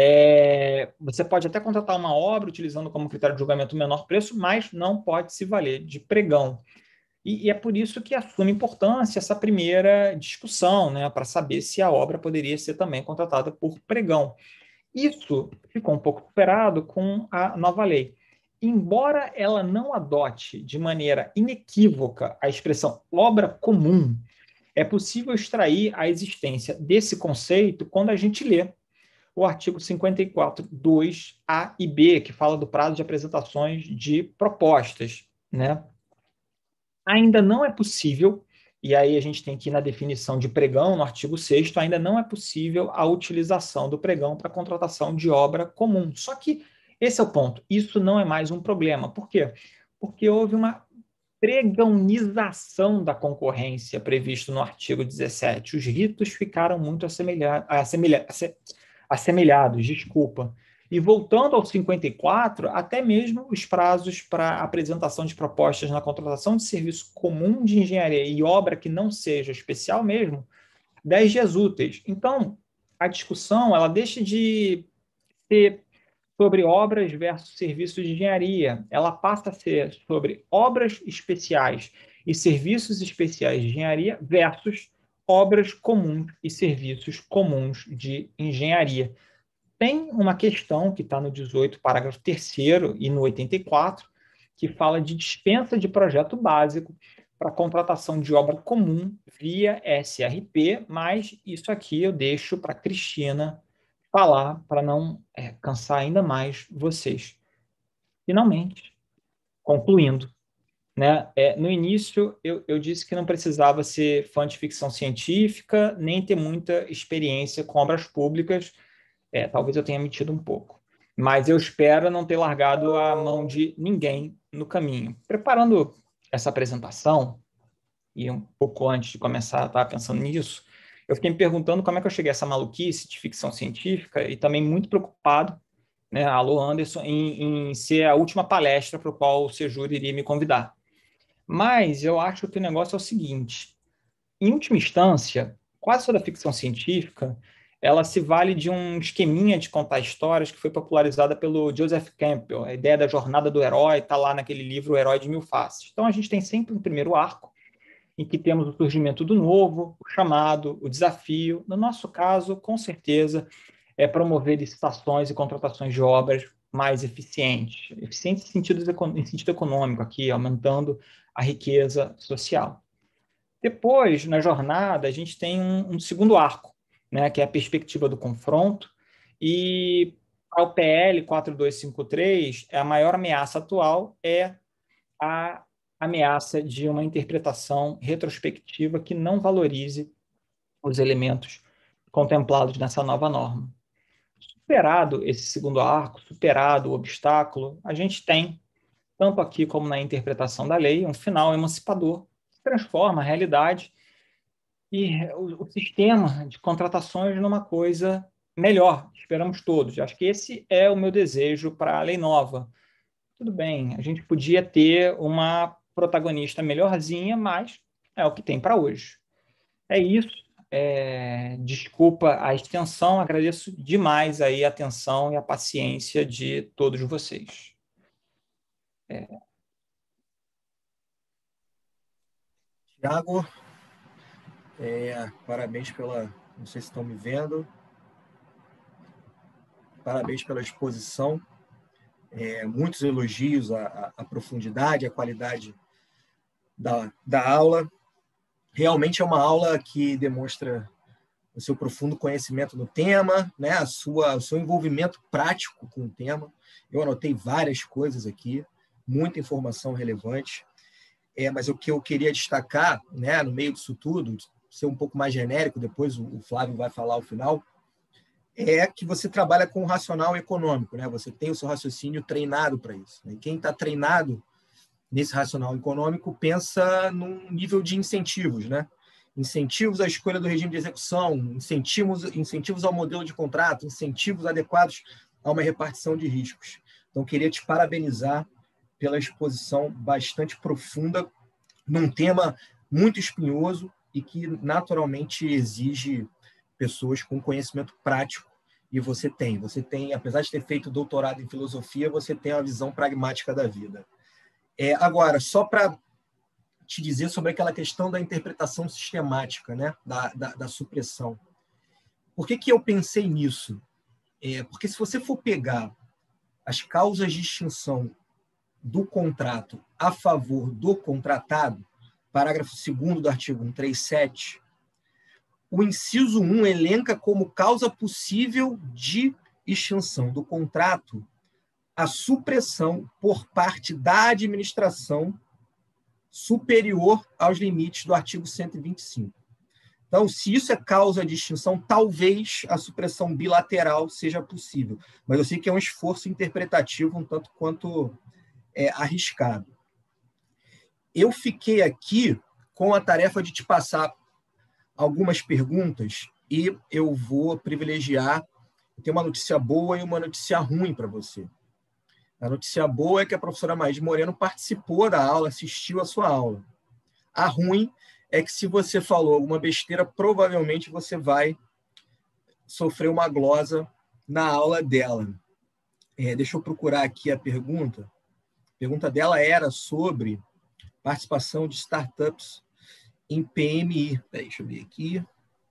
Você pode até contratar uma obra utilizando como critério de julgamento o menor preço, mas não pode se valer de pregão. E é por isso que assume importância essa primeira discussão, né, para saber se a obra poderia ser também contratada por pregão. Isso ficou um pouco superado com a nova lei. Embora ela não adote de maneira inequívoca a expressão obra comum, é possível extrair a existência desse conceito quando a gente lê o artigo 54, 2A e B, que fala do prazo de apresentações de propostas, né? Ainda não é possível, e aí a gente tem que ir na definição de pregão, no artigo 6º, ainda não é possível a utilização do pregão para contratação de obra comum. Só que esse é o ponto, isso não é mais um problema. Por quê? Porque houve uma pregãonização da concorrência previsto no artigo 17. Os ritos ficaram muito assemelhados, desculpa. E voltando ao 54, até mesmo os prazos para apresentação de propostas na contratação de serviço comum de engenharia e obra que não seja especial mesmo, 10 dias úteis. Então, a discussão ela deixa de ser sobre obras versus serviços de engenharia. Ela passa a ser sobre obras especiais e serviços especiais de engenharia versus obras comuns e serviços comuns de engenharia. Tem uma questão que está no 18, parágrafo 3º, e no 84, que fala de dispensa de projeto básico para contratação de obra comum via SRP, mas isso aqui eu deixo para a Cristina falar, para não cansar ainda mais vocês. Finalmente, concluindo, né? No início, eu disse que não precisava ser fã de ficção científica, nem ter muita experiência com obras públicas. Talvez eu tenha mentido um pouco. Mas eu espero não ter largado a mão de ninguém no caminho. Preparando essa apresentação, e um pouco antes de começar, eu estava pensando nisso, eu fiquei me perguntando como é que eu cheguei a essa maluquice de ficção científica e também muito preocupado, né, alô Anderson, em ser a última palestra para o qual o Sejuro iria me convidar. Mas eu acho que o negócio é o seguinte: em última instância, quase toda ficção científica ela se vale de um esqueminha de contar histórias que foi popularizada pelo Joseph Campbell. A ideia da jornada do herói está lá naquele livro O Herói de Mil Faces. Então, a gente tem sempre um primeiro arco em que temos o surgimento do novo, o chamado, o desafio. No nosso caso, com certeza, é promover licitações e contratações de obras mais eficientes. Eficientes em sentido econômico aqui, aumentando a riqueza social. Depois, na jornada, a gente tem um segundo arco, né, que é a perspectiva do confronto, e ao PL 4253, a maior ameaça atual é a ameaça de uma interpretação retrospectiva que não valorize os elementos contemplados nessa nova norma. Superado esse segundo arco, superado o obstáculo, a gente tem, tanto aqui como na interpretação da lei, um final emancipador que transforma a realidade e o sistema de contratações numa coisa melhor, esperamos todos. Acho que esse é o meu desejo para a lei nova. Tudo bem, a gente podia ter uma protagonista melhorzinha, mas é o que tem para hoje. É isso. Desculpa a extensão, agradeço demais aí a atenção e a paciência de todos vocês. Tiago, parabéns pela... Não sei se estão me vendo. Parabéns pela exposição. Muitos elogios à profundidade, à qualidade da aula. Realmente é uma aula que demonstra o seu profundo conhecimento no tema, né? O seu envolvimento prático com o tema. Eu anotei várias coisas aqui, muita informação relevante. Mas o que eu queria destacar, né, no meio disso tudo, ser um pouco mais genérico, depois o Flávio vai falar ao final, é que você trabalha com o racional econômico, né? Você tem o seu raciocínio treinado para isso. Né? E quem está treinado nesse racional econômico pensa num nível de incentivos, né? Incentivos à escolha do regime de execução, incentivos ao modelo de contrato, incentivos adequados a uma repartição de riscos. Então, queria te parabenizar pela exposição bastante profunda num tema muito espinhoso e que naturalmente exige pessoas com conhecimento prático. E você tem, apesar de ter feito doutorado em filosofia, você tem uma visão pragmática da vida. Agora, só para te dizer sobre aquela questão da interpretação sistemática, né? da supressão. Por que eu pensei nisso? Porque se você for pegar as causas de extinção do contrato a favor do contratado, parágrafo 2º do artigo 137, o inciso 1 elenca como causa possível de extinção do contrato a supressão por parte da administração superior aos limites do artigo 125. Então, se isso é causa de extinção, talvez a supressão bilateral seja possível. Mas eu sei que é um esforço interpretativo um tanto quanto arriscado. Eu fiquei aqui com a tarefa de te passar algumas perguntas e eu vou privilegiar. Tem uma notícia boa e uma notícia ruim para você. A notícia boa é que a professora Maíde Moreno participou da aula, assistiu à sua aula. A ruim é que se você falou alguma besteira, provavelmente você vai sofrer uma glosa na aula dela. Deixa eu procurar aqui a pergunta. A pergunta dela era sobre participação de startups em PMI. Deixa eu ver aqui.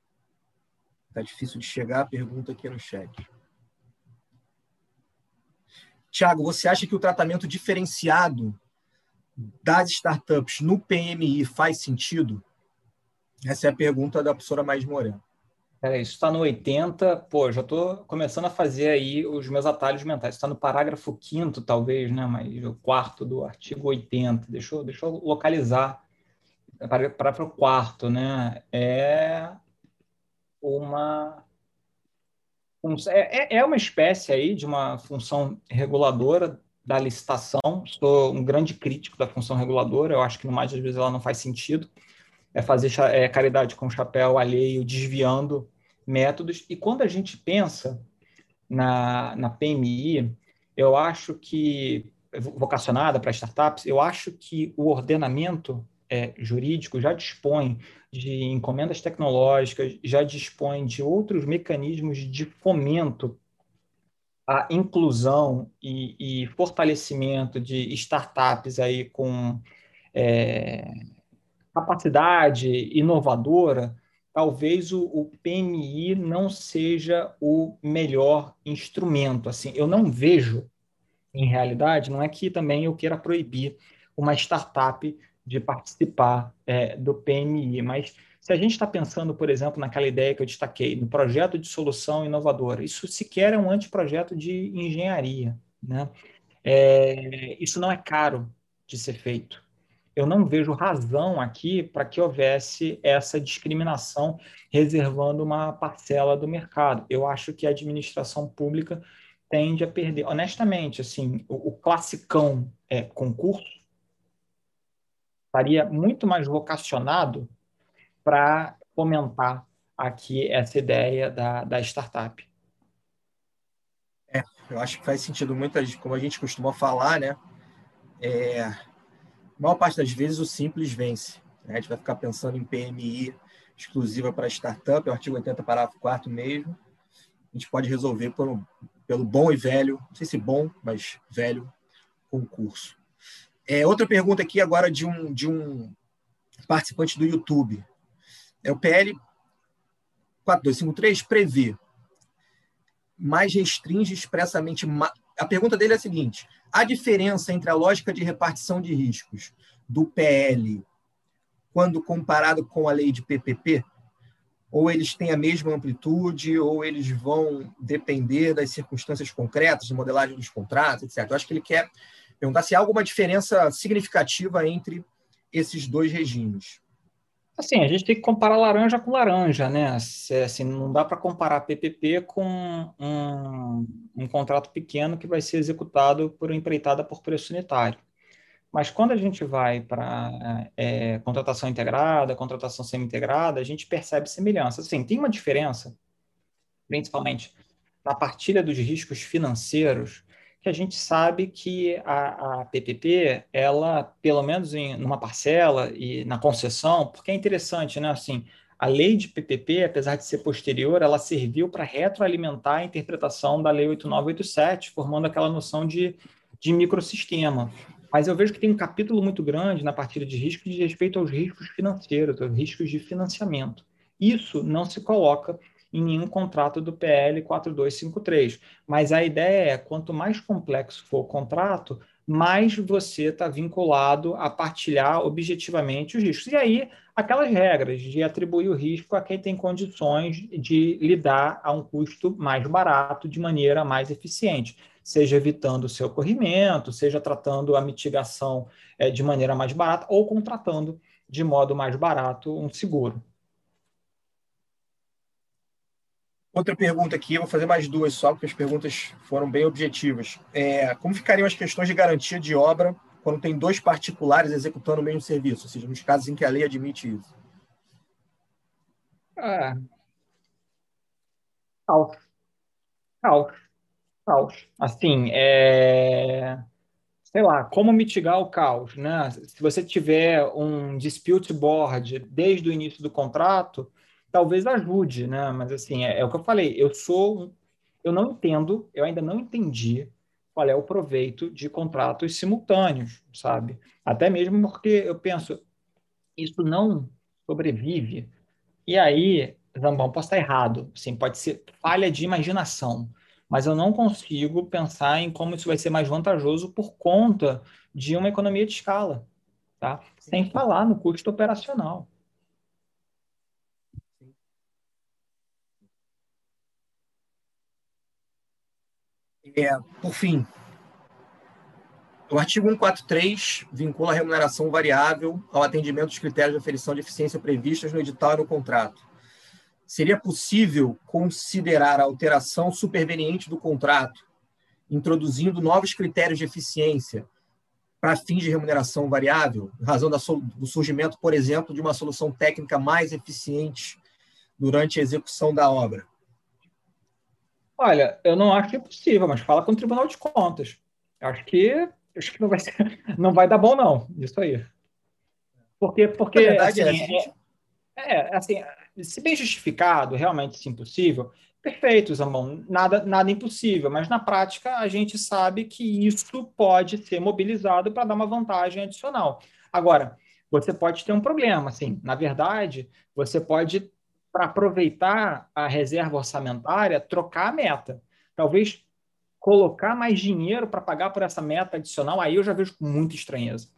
Está difícil de chegar a pergunta aqui no chat. Tiago, você acha que o tratamento diferenciado das startups no PMI faz sentido? Essa é a pergunta da professora Maíde Moreno. Isso está no 80, pô, já estou começando a fazer aí os meus atalhos mentais. Está no parágrafo 5º, talvez, né? Mas o 4º do artigo 80. Deixa eu localizar. Parágrafo 4º, né? É uma espécie aí de uma função reguladora da licitação. Sou um grande crítico da função reguladora. Eu acho que, no mais das vezes, ela não faz sentido. Fazer caridade com chapéu alheio, desviando métodos. E quando a gente pensa na PMI, eu acho que, vocacionada para startups, eu acho que o ordenamento jurídico já dispõe de encomendas tecnológicas, já dispõe de outros mecanismos de fomento à inclusão e fortalecimento de startups aí com capacidade inovadora. Talvez o PMI não seja o melhor instrumento. Assim, eu não vejo, em realidade, não é que também eu queira proibir uma startup de participar do PMI, mas se a gente está pensando, por exemplo, naquela ideia que eu destaquei, no projeto de solução inovadora, isso sequer é um anteprojeto de engenharia, né? Isso não é caro de ser feito. Eu não vejo razão aqui para que houvesse essa discriminação reservando uma parcela do mercado. Eu acho que a administração pública tende a perder. Honestamente, assim, o classicão concurso estaria muito mais vocacionado para fomentar aqui essa ideia da startup. Eu acho que faz sentido muito, como a gente costuma falar, né? A maior parte das vezes o simples vence. A gente vai ficar pensando em PMI exclusiva para startup, é o artigo 80, parágrafo 4º mesmo. A gente pode resolver pelo bom e velho, não sei se bom, mas velho, concurso. Outra pergunta aqui agora de um participante do YouTube. O PL 4253 prevê, mas restringe expressamente... A pergunta dele é a seguinte: a diferença entre a lógica de repartição de riscos do PL quando comparado com a lei de PPP? Ou eles têm a mesma amplitude, ou eles vão depender das circunstâncias concretas, de modelagem dos contratos, etc. Eu acho que ele quer perguntar se há alguma diferença significativa entre esses dois regimes. Assim, a gente tem que comparar laranja com laranja, né? Assim, não dá para comparar PPP com um contrato pequeno que vai ser executado por empreitada por preço unitário. Mas quando a gente vai para contratação integrada, contratação semi-integrada, a gente percebe semelhança. Assim, tem uma diferença, principalmente na partilha dos riscos financeiros, que a gente sabe que a PPP, ela, pelo menos numa parcela e na concessão, porque é interessante, né? Assim, a lei de PPP, apesar de ser posterior, ela serviu para retroalimentar a interpretação da Lei 8987, formando aquela noção de microsistema. Mas eu vejo que tem um capítulo muito grande na partilha de risco de respeito aos riscos financeiros, aos riscos de financiamento. Isso não se coloca em nenhum contrato do PL 4253. Mas a ideia é, quanto mais complexo for o contrato, mais você está vinculado a partilhar objetivamente os riscos. E aí, aquelas regras de atribuir o risco a quem tem condições de lidar a um custo mais barato, de maneira mais eficiente, seja evitando o seu corrimento, seja tratando a mitigação de maneira mais barata ou contratando de modo mais barato um seguro. Outra pergunta aqui, eu vou fazer mais duas só, porque as perguntas foram bem objetivas. Como ficariam as questões de garantia de obra quando tem dois particulares executando o mesmo serviço? Ou seja, nos casos em que a lei admite isso. Caos, caos, caos. Assim, sei lá, como mitigar o caos, né? Se você tiver um dispute board desde o início do contrato, talvez ajude, né? Mas assim, é o que eu falei, eu não entendo, eu ainda não entendi qual é o proveito de contratos simultâneos, sabe? Até mesmo porque eu penso, isso não sobrevive. E aí, Zambão, posso estar errado, assim, pode ser falha de imaginação, mas eu não consigo pensar em como isso vai ser mais vantajoso por conta de uma economia de escala, tá? Sem falar no custo operacional. Por fim, o artigo 143 vincula a remuneração variável ao atendimento dos critérios de aferição de eficiência previstos no edital e no contrato. Seria possível considerar a alteração superveniente do contrato, introduzindo novos critérios de eficiência para fins de remuneração variável, em razão do surgimento, por exemplo, de uma solução técnica mais eficiente durante a execução da obra? Olha, eu não acho que é possível, mas fala com o Tribunal de Contas. Acho que não vai ser, não vai dar bom, não, isso aí. Na Porque verdade, assim, se a gente assim, se bem justificado, realmente se impossível, perfeito, Zambon, nada impossível, mas na prática a gente sabe que isso pode ser mobilizado para dar uma vantagem adicional. Agora, você pode ter um problema, assim, na verdade, você pode, para aproveitar a reserva orçamentária, trocar a meta. Talvez colocar mais dinheiro para pagar por essa meta adicional, aí eu já vejo com muita estranheza.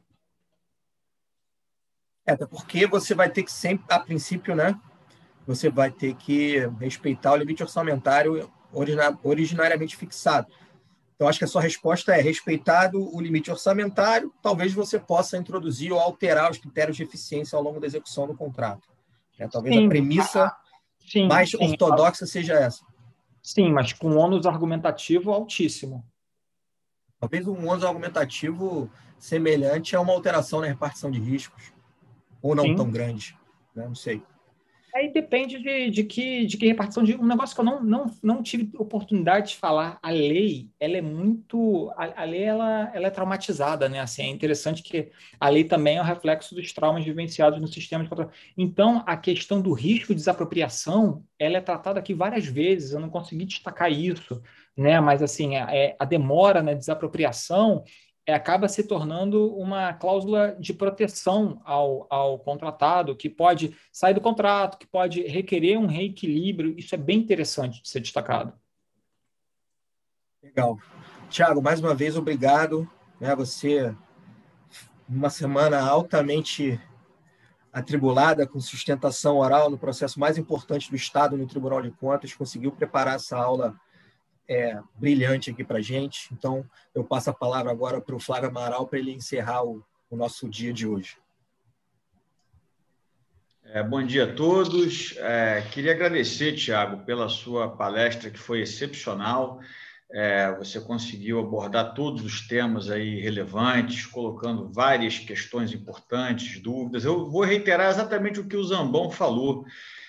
até porque você vai ter que sempre, a princípio, né? Você vai ter que respeitar o limite orçamentário originariamente fixado. Então, acho que a sua resposta é: respeitado o limite orçamentário, talvez você possa introduzir ou alterar os critérios de eficiência ao longo da execução do contrato. Talvez a Sim, premissa sim, mais sim. ortodoxa seja essa. Sim, mas com ônus argumentativo altíssimo. Talvez um ônus argumentativo semelhante a uma alteração na repartição de riscos, ou não tão Sim. grande, né? Não sei. Aí depende de que repartição de um negócio que eu não tive oportunidade de falar. A lei, ela é muito. A lei ela é traumatizada, né? Assim, é interessante que a lei também é um reflexo dos traumas vivenciados no sistema de controle. Então, a questão do risco de desapropriação, ela é tratada aqui várias vezes. Eu não consegui destacar isso, né? Mas assim, a demora na desapropriação acaba se tornando uma cláusula de proteção ao contratado, que pode sair do contrato, que pode requerer um reequilíbrio. Isso é bem interessante de ser destacado. Legal. Tiago, mais uma vez, obrigado. Você, uma semana altamente atribulada, com sustentação oral no processo mais importante do Estado no Tribunal de Contas, conseguiu preparar essa aula brilhante aqui para a gente. Então, eu passo a palavra agora para o Flávio Amaral para ele encerrar o nosso dia de hoje. Bom dia a todos. Queria agradecer, Tiago, pela sua palestra, que foi excepcional. Você conseguiu abordar todos os temas aí relevantes, colocando várias questões importantes, dúvidas. Eu vou reiterar exatamente o que o Zambon falou.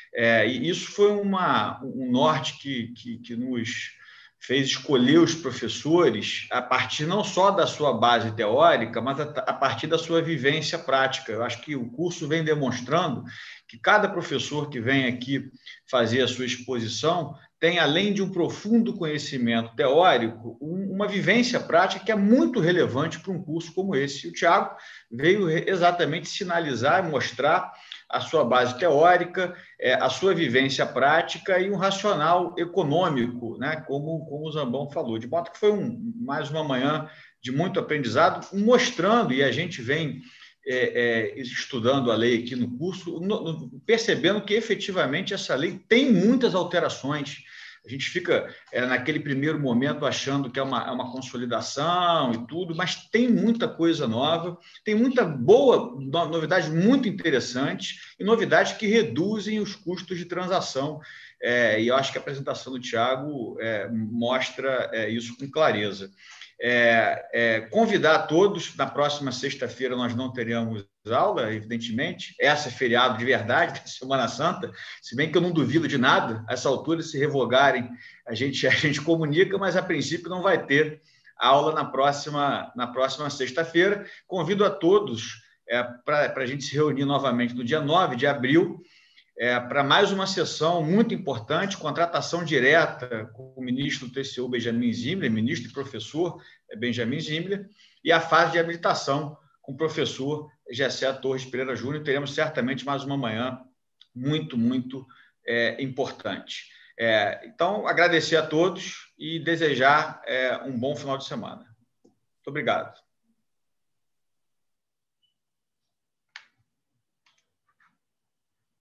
E isso foi um norte que nos fez escolher os professores a partir não só da sua base teórica, mas a partir da sua vivência prática. Eu acho que o curso vem demonstrando que cada professor que vem aqui fazer a sua exposição tem, além de um profundo conhecimento teórico, uma vivência prática que é muito relevante para um curso como esse. E o Tiago veio exatamente sinalizar e mostrar a sua base teórica, a sua vivência prática e um racional econômico, né? Como o Zambon falou. De modo que foi mais uma manhã de muito aprendizado, mostrando, e a gente vem estudando a lei aqui no curso, percebendo que efetivamente essa lei tem muitas alterações. A gente fica naquele primeiro momento achando que é uma consolidação e tudo, mas tem muita coisa nova, tem muita boa novidade muito interessante e novidades que reduzem os custos de transação. E eu acho que a apresentação do Tiago mostra isso com clareza. Convidar a todos, na próxima sexta-feira nós não teremos aula, evidentemente, essa é feriado de verdade, da Semana Santa, se bem que eu não duvido de nada, a essa altura, se revogarem, a gente comunica, mas a princípio não vai ter aula na próxima sexta-feira. Convido a todos para a gente se reunir novamente no dia 9 de abril, para mais uma sessão muito importante, contratação direta com o ministro do TCU, Benjamin Zimler, ministro e professor Benjamin Zimler, e a fase de habilitação com o professor Gessé Torres Pereira Júnior. Teremos certamente mais uma manhã muito, muito importante. Então, agradecer a todos e desejar um bom final de semana. Muito obrigado.